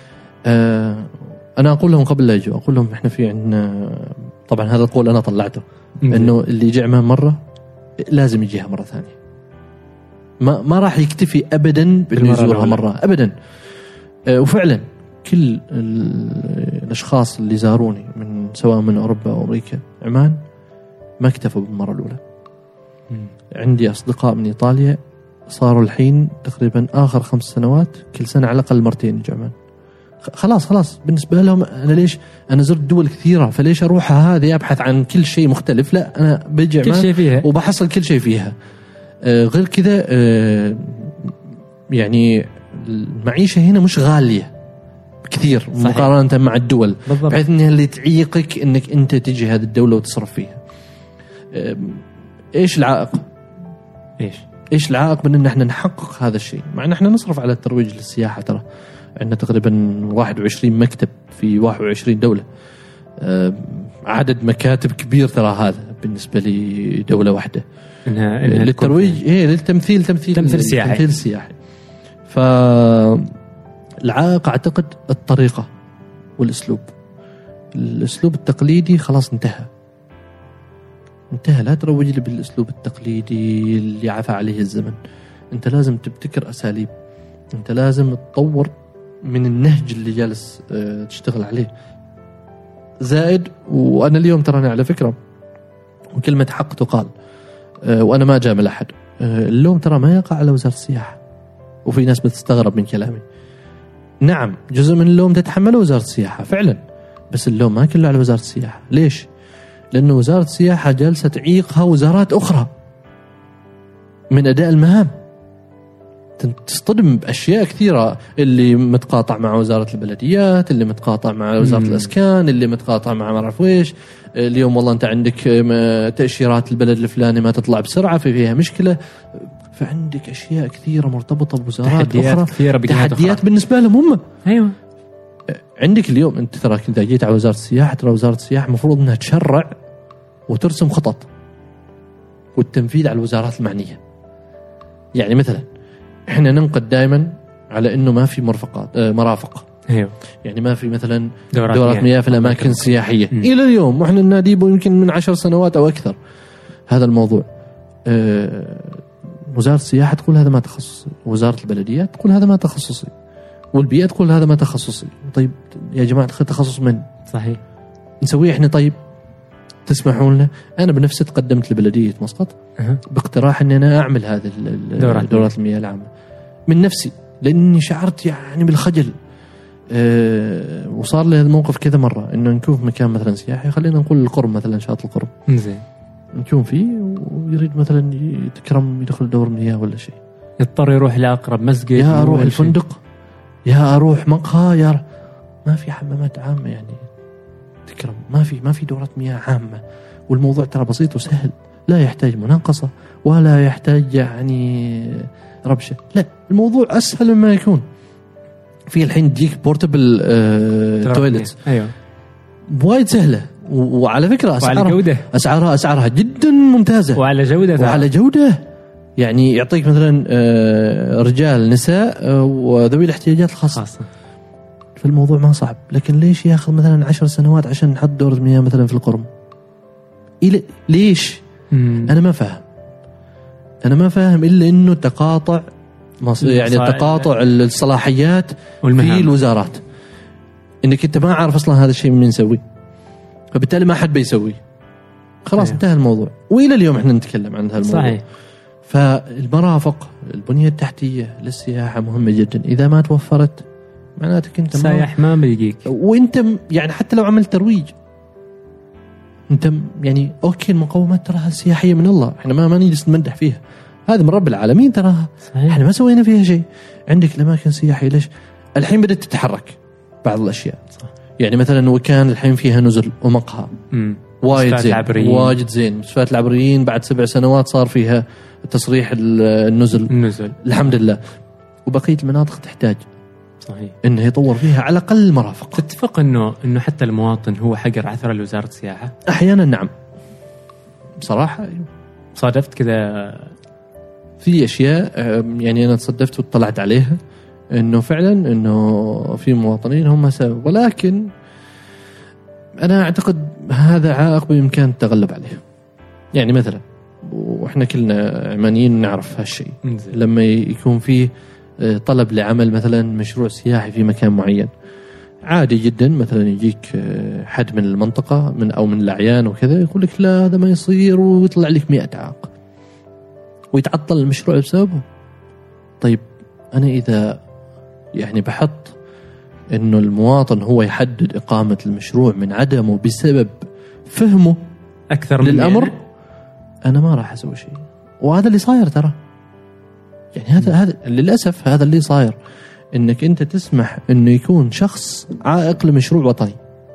أنا أقول لهم قبل لا يجوا، أقول لهم إحنا في عندنا، طبعا هذا القول أنا طلعته، أنه اللي يجي عمان مرة لازم يجيها مرة ثانية، ما ما راح يكتفي ابدا بانه يزورها مره ابدا. أه وفعلا كل الاشخاص اللي زاروني من سواء من اوروبا او امريكا عمان ما اكتفوا بالمره الاولى. م. عندي اصدقاء من ايطاليا صاروا الحين تقريبا اخر خمس سنوات كل سنه على الاقل مرتين يجوا عمان. خلاص خلاص بالنسبه لهم انا ليش انا زرت دول كثيره فليش اروح هذه ابحث عن كل شيء مختلف، لا انا بجي عمان وبحصل كل شيء فيها. آه غير كذا آه يعني المعيشة هنا مش غالية كثير صحيح. مقارنة مع الدول، بحيث انها اللي تعيقك انك انت تجي هذه الدولة وتصرف فيها. آه ايش العائق؟ ايش ايش العائق بان احنا نحقق هذا الشيء؟ مع ان احنا نصرف على الترويج للسياحة، ترى عندنا تقريبا واحد وعشرين مكتب في واحد وعشرين دولة، آه عدد مكاتب كبير ترى هذا بالنسبة لدولة واحدة. إنها إنها للترويج إيه للتمثيل تمثيل تمثيل سياحي تمثيل سياحي. فالعائق أعتقد الطريقة والأسلوب. الأسلوب التقليدي خلاص انتهى انتهى لا تروج لي بالأسلوب التقليدي اللي عفى عليه الزمن. أنت لازم تبتكر أساليب، أنت لازم تطور من النهج اللي جالس تشتغل عليه. زائد وأنا اليوم تراني على فكرة وكلمة حق تقال وأنا ما جامل أحد، اللوم ترى ما يقع على وزارة السياحة، وفي ناس بتستغرب من كلامي. نعم جزء من اللوم تتحمله وزارة السياحة فعلا، بس اللوم ما كله على وزارة السياحة. ليش؟ لأنه وزارة السياحة جالسة تعيقها وزارات أخرى من أداء المهام. تصطدم بأشياء كثيرة، اللي متقاطع مع وزارة البلديات، اللي متقاطع مع وزارة مم. الأسكان، اللي متقاطع مع ما أعرف ويش. اليوم والله أنت عندك تأشيرات البلد الفلاني ما تطلع بسرعة في فيها مشكلة. فعندك أشياء كثيرة مرتبطة بوزارات أخرى، تحديات أخرى بالنسبة لهم هم. أيوة. عندك اليوم أنت ترى إذا جيت على وزارة السياحة، ترى وزارة السياحة مفروض أنها تشرع وترسم خطط والتنفيذ على الوزارات المعنية. يعني مثلا إحنا ننقد دائما على إنه ما في مرفقات آه مرافق. أيوه. يعني ما في مثلا دورات, دورات مياه, مياه في الأماكن السياحية م. إلى اليوم، وإحنا نناديه يمكن من عشر سنوات أو أكثر هذا الموضوع. آه وزارة السياحة تقول هذا ما تخصصي، وزارة البلديات تقول هذا ما تخصصي، والبيئة تقول هذا ما تخصصي. طيب يا جماعة تخصص من؟ صحيح. نسويه إحنا. طيب تسمحون له؟ أنا بنفسي تقدمت لبلدية مسقط أه. باقتراح أني أنا أعمل هذه الدورات المياه العامة. من نفسي لأني شعرت يعني بالخجل. أه وصار لي الموقف كذا مرة إنه نكون في مكان مثلا سياحي، خلينا نقول القرب مثلا، شاطئ القرب، زين، نكون فيه ويريد مثلا يتكرم يدخل دور مياه ولا شيء، يضطر يروح لأقرب مسجد، يا أروح الفندق يا أروح مقهى، يا ما في حمامات عامة يعني تكرم، ما في ما في دورات مياه عامة. والموضوع ترى بسيط وسهل، لا يحتاج مناقصة ولا يحتاج يعني ربشة، لا الموضوع أسهل مما يكون. في الحين تجيك بورتبل آه تويلت، أيوة وايد سهلة، وعلى فكرة أسعارها أسعارها أسعارها جدا ممتازة، وعلى جودة وعلى جودة يعني يعطيك مثلا آه رجال نساء آه وذوي الاحتياجات الخاصة. فالموضوع ما صعب. لكن ليش ياخذ مثلا عشر سنوات عشان نحط دورة مياه مثلا في القرم؟ إيه ليش؟ مم. أنا ما فاهم أنا ما فاهم إلا إنه تقاطع يعني تقاطع الصلاحيات والمهام في الوزارات، إنك أنت ما عارف أصلا هذا الشيء من يسوي، فبالتالي ما حد بيسوي، خلاص أيوه. انتهى الموضوع. وإلى اليوم إحنا نتكلم عن هذا الموضوع. صحيح. فالمرافق البنية التحتية للسياحة مهمة جدا، إذا ما توفرت معناتك أنت سايح ما بيجيك. وأنت يعني حتى لو عملت ترويج أنت يعني أوكي، المقومات تراها السياحية من الله، إحنا ما ما نجلس نمدح فيها، هذا من رب العالمين تراها، إحنا ما سوينا فيها شيء. عندك الأماكن السياحية ليش الحين بدأت تتحرك بعض الأشياء، صح. يعني مثلا وكان الحين فيها نزل ومقهى وايد زين، واجد زين. مستشفيات العبريين بعد سبع سنوات صار فيها تصريح النزل, النزل. الحمد لله. وبقية المناطق تحتاج صحيح انه يطور فيها على الاقل المرافق. تتفق انه انه حتى المواطن هو حجر عثرة لوزارة السياحة؟ احيانا نعم بصراحة. صادفت كذا في اشياء يعني انا تصدفت وطلعت عليها انه فعلا انه في مواطنين هم سبب، ولكن انا اعتقد هذا عائق بامكان التغلب عليه. يعني مثلا واحنا كلنا عمانيين نعرف هالشيء، لما يكون فيه طلب لعمل مثلا مشروع سياحي في مكان معين، عادي جدا مثلا يجيك حد من المنطقة من أو من الأعيان وكذا يقول لك لا هذا ما يصير، ويطلع لك مئة عائق ويتعطل المشروع بسببه. طيب أنا إذا يعني بحط إنه المواطن هو يحدد إقامة المشروع من عدمه بسبب فهمه أكثر للأمر من أنا ما راح أسوي شيء. وهذا اللي صاير ترى، يعني هذا هذا للأسف هذا اللي صاير، إنك أنت تسمح إنه يكون شخص عائق لمشروع وطني.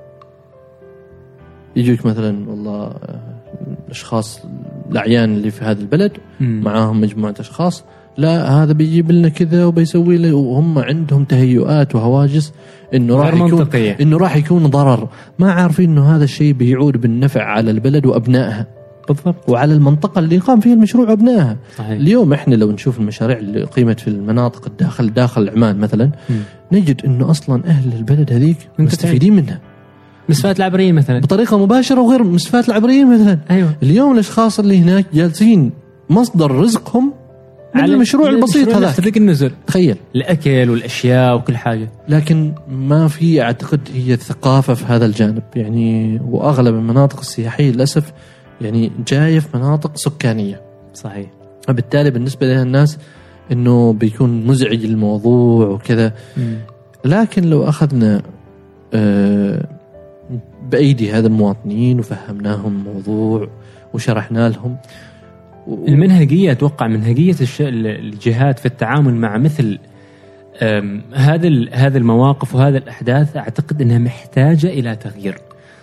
يجيك مثلا والله الأشخاص الأعيان اللي في هذا البلد معاهم مجموعة أشخاص، لا هذا بيجيب لنا كذا وبيسوي له، وهم عندهم تهيؤات وهواجس إنه راح يكون إنه راح يكون ضرر، ما عارفين إنه هذا الشيء بيعود بالنفع على البلد وأبنائها بالضبط، وعلى المنطقة اللي قام فيها المشروع أبنائها. صحيح. اليوم إحنا لو نشوف المشاريع اللي قيمت في المناطق الداخل داخل عمان مثلا، م. نجد إنه أصلا أهل البلد هذيك مستفيدين منها. مستشفيات العبريين مثلا بطريقة مباشرة وغير مستشفيات العبريين مثلا. أيوة. اليوم الأشخاص اللي هناك جالسين مصدر رزقهم من المشروع البسيط هذا، تفك النزل، تخيل الأكل والأشياء وكل حاجة. لكن ما في أعتقد هي الثقافة في هذا الجانب يعني، وأغلب المناطق السياحية للأسف يعني جاية في مناطق سكانية. صحيح. وبالتالي بالنسبة لها الناس إنه بيكون مزعج الموضوع وكذا. م. لكن لو أخذنا بأيدي هذا المواطنين وفهمناهم الموضوع وشرحنا لهم و... المنهجية، أتوقع منهجية الجهات في التعامل مع مثل هذا هذا المواقف وهذا الأحداث، أعتقد أنها محتاجة إلى تغيير.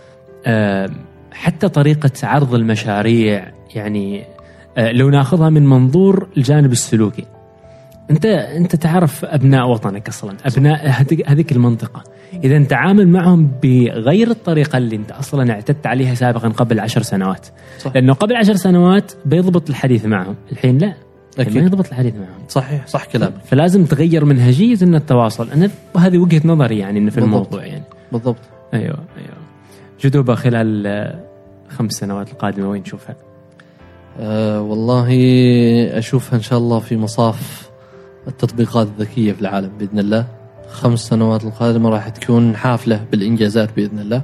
حتى طريقة عرض المشاريع يعني لو ناخذها من منظور الجانب السلوكي، أنت أنت تعرف أبناء وطنك أصلا، أبناء هذيك المنطقة، إذا أنت عامل معهم بغير الطريقة اللي أنت أصلا اعتدت عليها سابقا قبل عشر سنوات. صح. لأنه قبل عشر سنوات بيضبط الحديث معهم، الحين لا، ما يضبط الحديث معهم. صحيح، صح كلامك. فلازم تغير منهجية إن التواصل. أنا وهذه وجهة نظري يعني إن في بالضبط. الموضوع يعني بالضبط. أيوة أيوة. جدوبة خلال خمس سنوات القادمة وين نشوفها؟ أه والله أشوفها إن شاء الله في مصاف التطبيقات الذكية في العالم بإذن الله. خمس سنوات القادمة راح تكون حافلة بالإنجازات بإذن الله.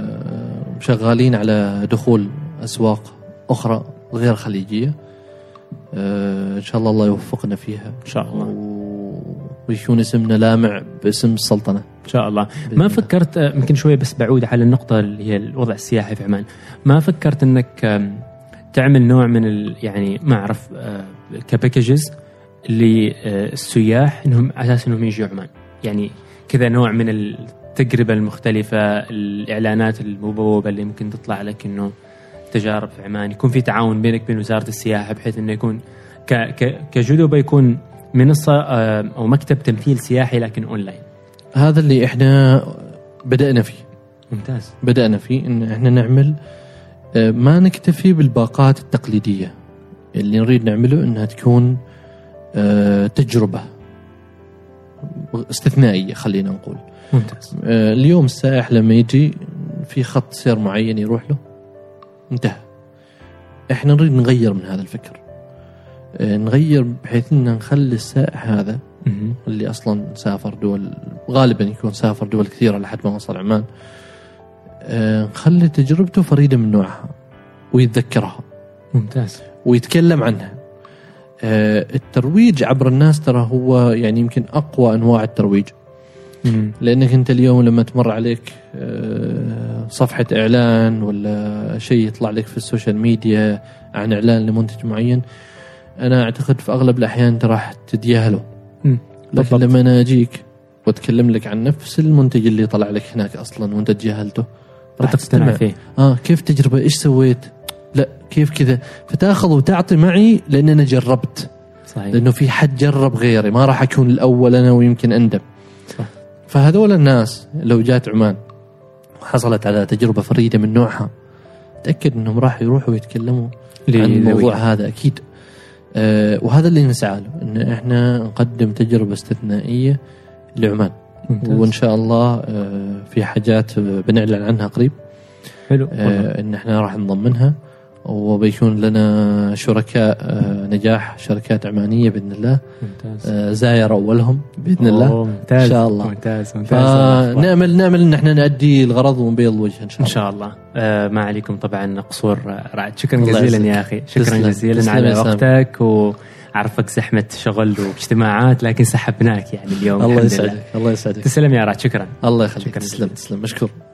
أه شغالين على دخول أسواق أخرى غير خليجية. آه إن شاء الله الله يوفقنا فيها إن شاء الله، ويكون اسمنا لامع باسم السلطنة إن شاء الله. ما فكرت يمكن شوية بس بعود على النقطة اللي هي الوضع السياحي في عمان، ما فكرت أنك تعمل نوع من ال يعني ما أعرف كباكجز للسياح إنهم على أساس إنهم يجوا عمان، يعني كذا نوع من التجربة المختلفة، الإعلانات المبوبة اللي ممكن تطلع لك إنه تجارب في عمان، يكون في تعاون بينك بين وزارة السياحة بحيث إنه يكون ك ك كجذوبة يكون منصة أو مكتب تمثيل سياحي لكن أونلاين. هذا اللي إحنا بدأنا فيه. ممتاز. بدأنا فيه إن إحنا نعمل، ما نكتفي بالباقات التقليدية، اللي نريد نعمله إنها تكون تجربة استثنائية خلينا نقول. ممتاز. اليوم السائح لما يجي في خط سير معين يروح له انتهى. إحنا نريد نغير من هذا الفكر، نغير بحيث إن نخلي السائح هذا اللي أصلا سافر دول، غالبا يكون سافر دول كثيرة لحد ما وصل عمان، نخلي تجربته فريدة من نوعها ويتذكرها. ممتاز. ويتكلم عنها. الترويج عبر الناس ترى هو يعني يمكن أقوى أنواع الترويج. مم. لأنك أنت اليوم لما تمر عليك صفحة إعلان ولا شيء يطلع لك في السوشيال ميديا عن إعلان لمنتج معين، أنا أعتقد في أغلب الأحيان أنت راح تتجاهله. لكن لما أنا أجيك وأتكلم لك عن نفس المنتج اللي طلع لك هناك أصلا وأنت تجاهلته، راح تستمع فيه. آه كيف تجربة، إيش سويت، لا كيف كذا، فتأخذ وتعطي معي لأن أنا جربت. صحيح. لأنه في حد جرب غيري، ما راح أكون الأول أنا ويمكن أندم. صح. فهذول الناس لو جات عمان وحصلت على تجربة فريدة من نوعها، تأكد أنهم راح يروحوا ويتكلموا عن الموضوع هذا أكيد. آه وهذا اللي نسعى له، إن إحنا نقدم تجربة استثنائية لعمان. ممتاز. وإن شاء الله آه في حاجات بنعلن عنها قريب. حلو. آه إن إحنا راح نضمنها، وبيكون لنا شركاء آه نجاح، شركات عمانية بإذن الله. ممتاز. آه زاير أولهم بإذن الله. ممتاز. إن شاء الله. ممتاز. ممتاز. نعمل نعمل إن إحنا نأدي الغرض ونبيض الوجه إن شاء الله. إن شاء الله. آه ما عليكم طبعا قصور رائع. شكرا جزيلا يا أخي، شكرا تسلم. جزيلا تسلم على تسلم. وقتك، وعرفك زحمة شغل واجتماعات لكن سحبناك يعني اليوم. الله يسعدك. الله يسعدك. تسلم يا رعد. شكرا. الله يخليك. شكرا تسلم تسلم. مشكور.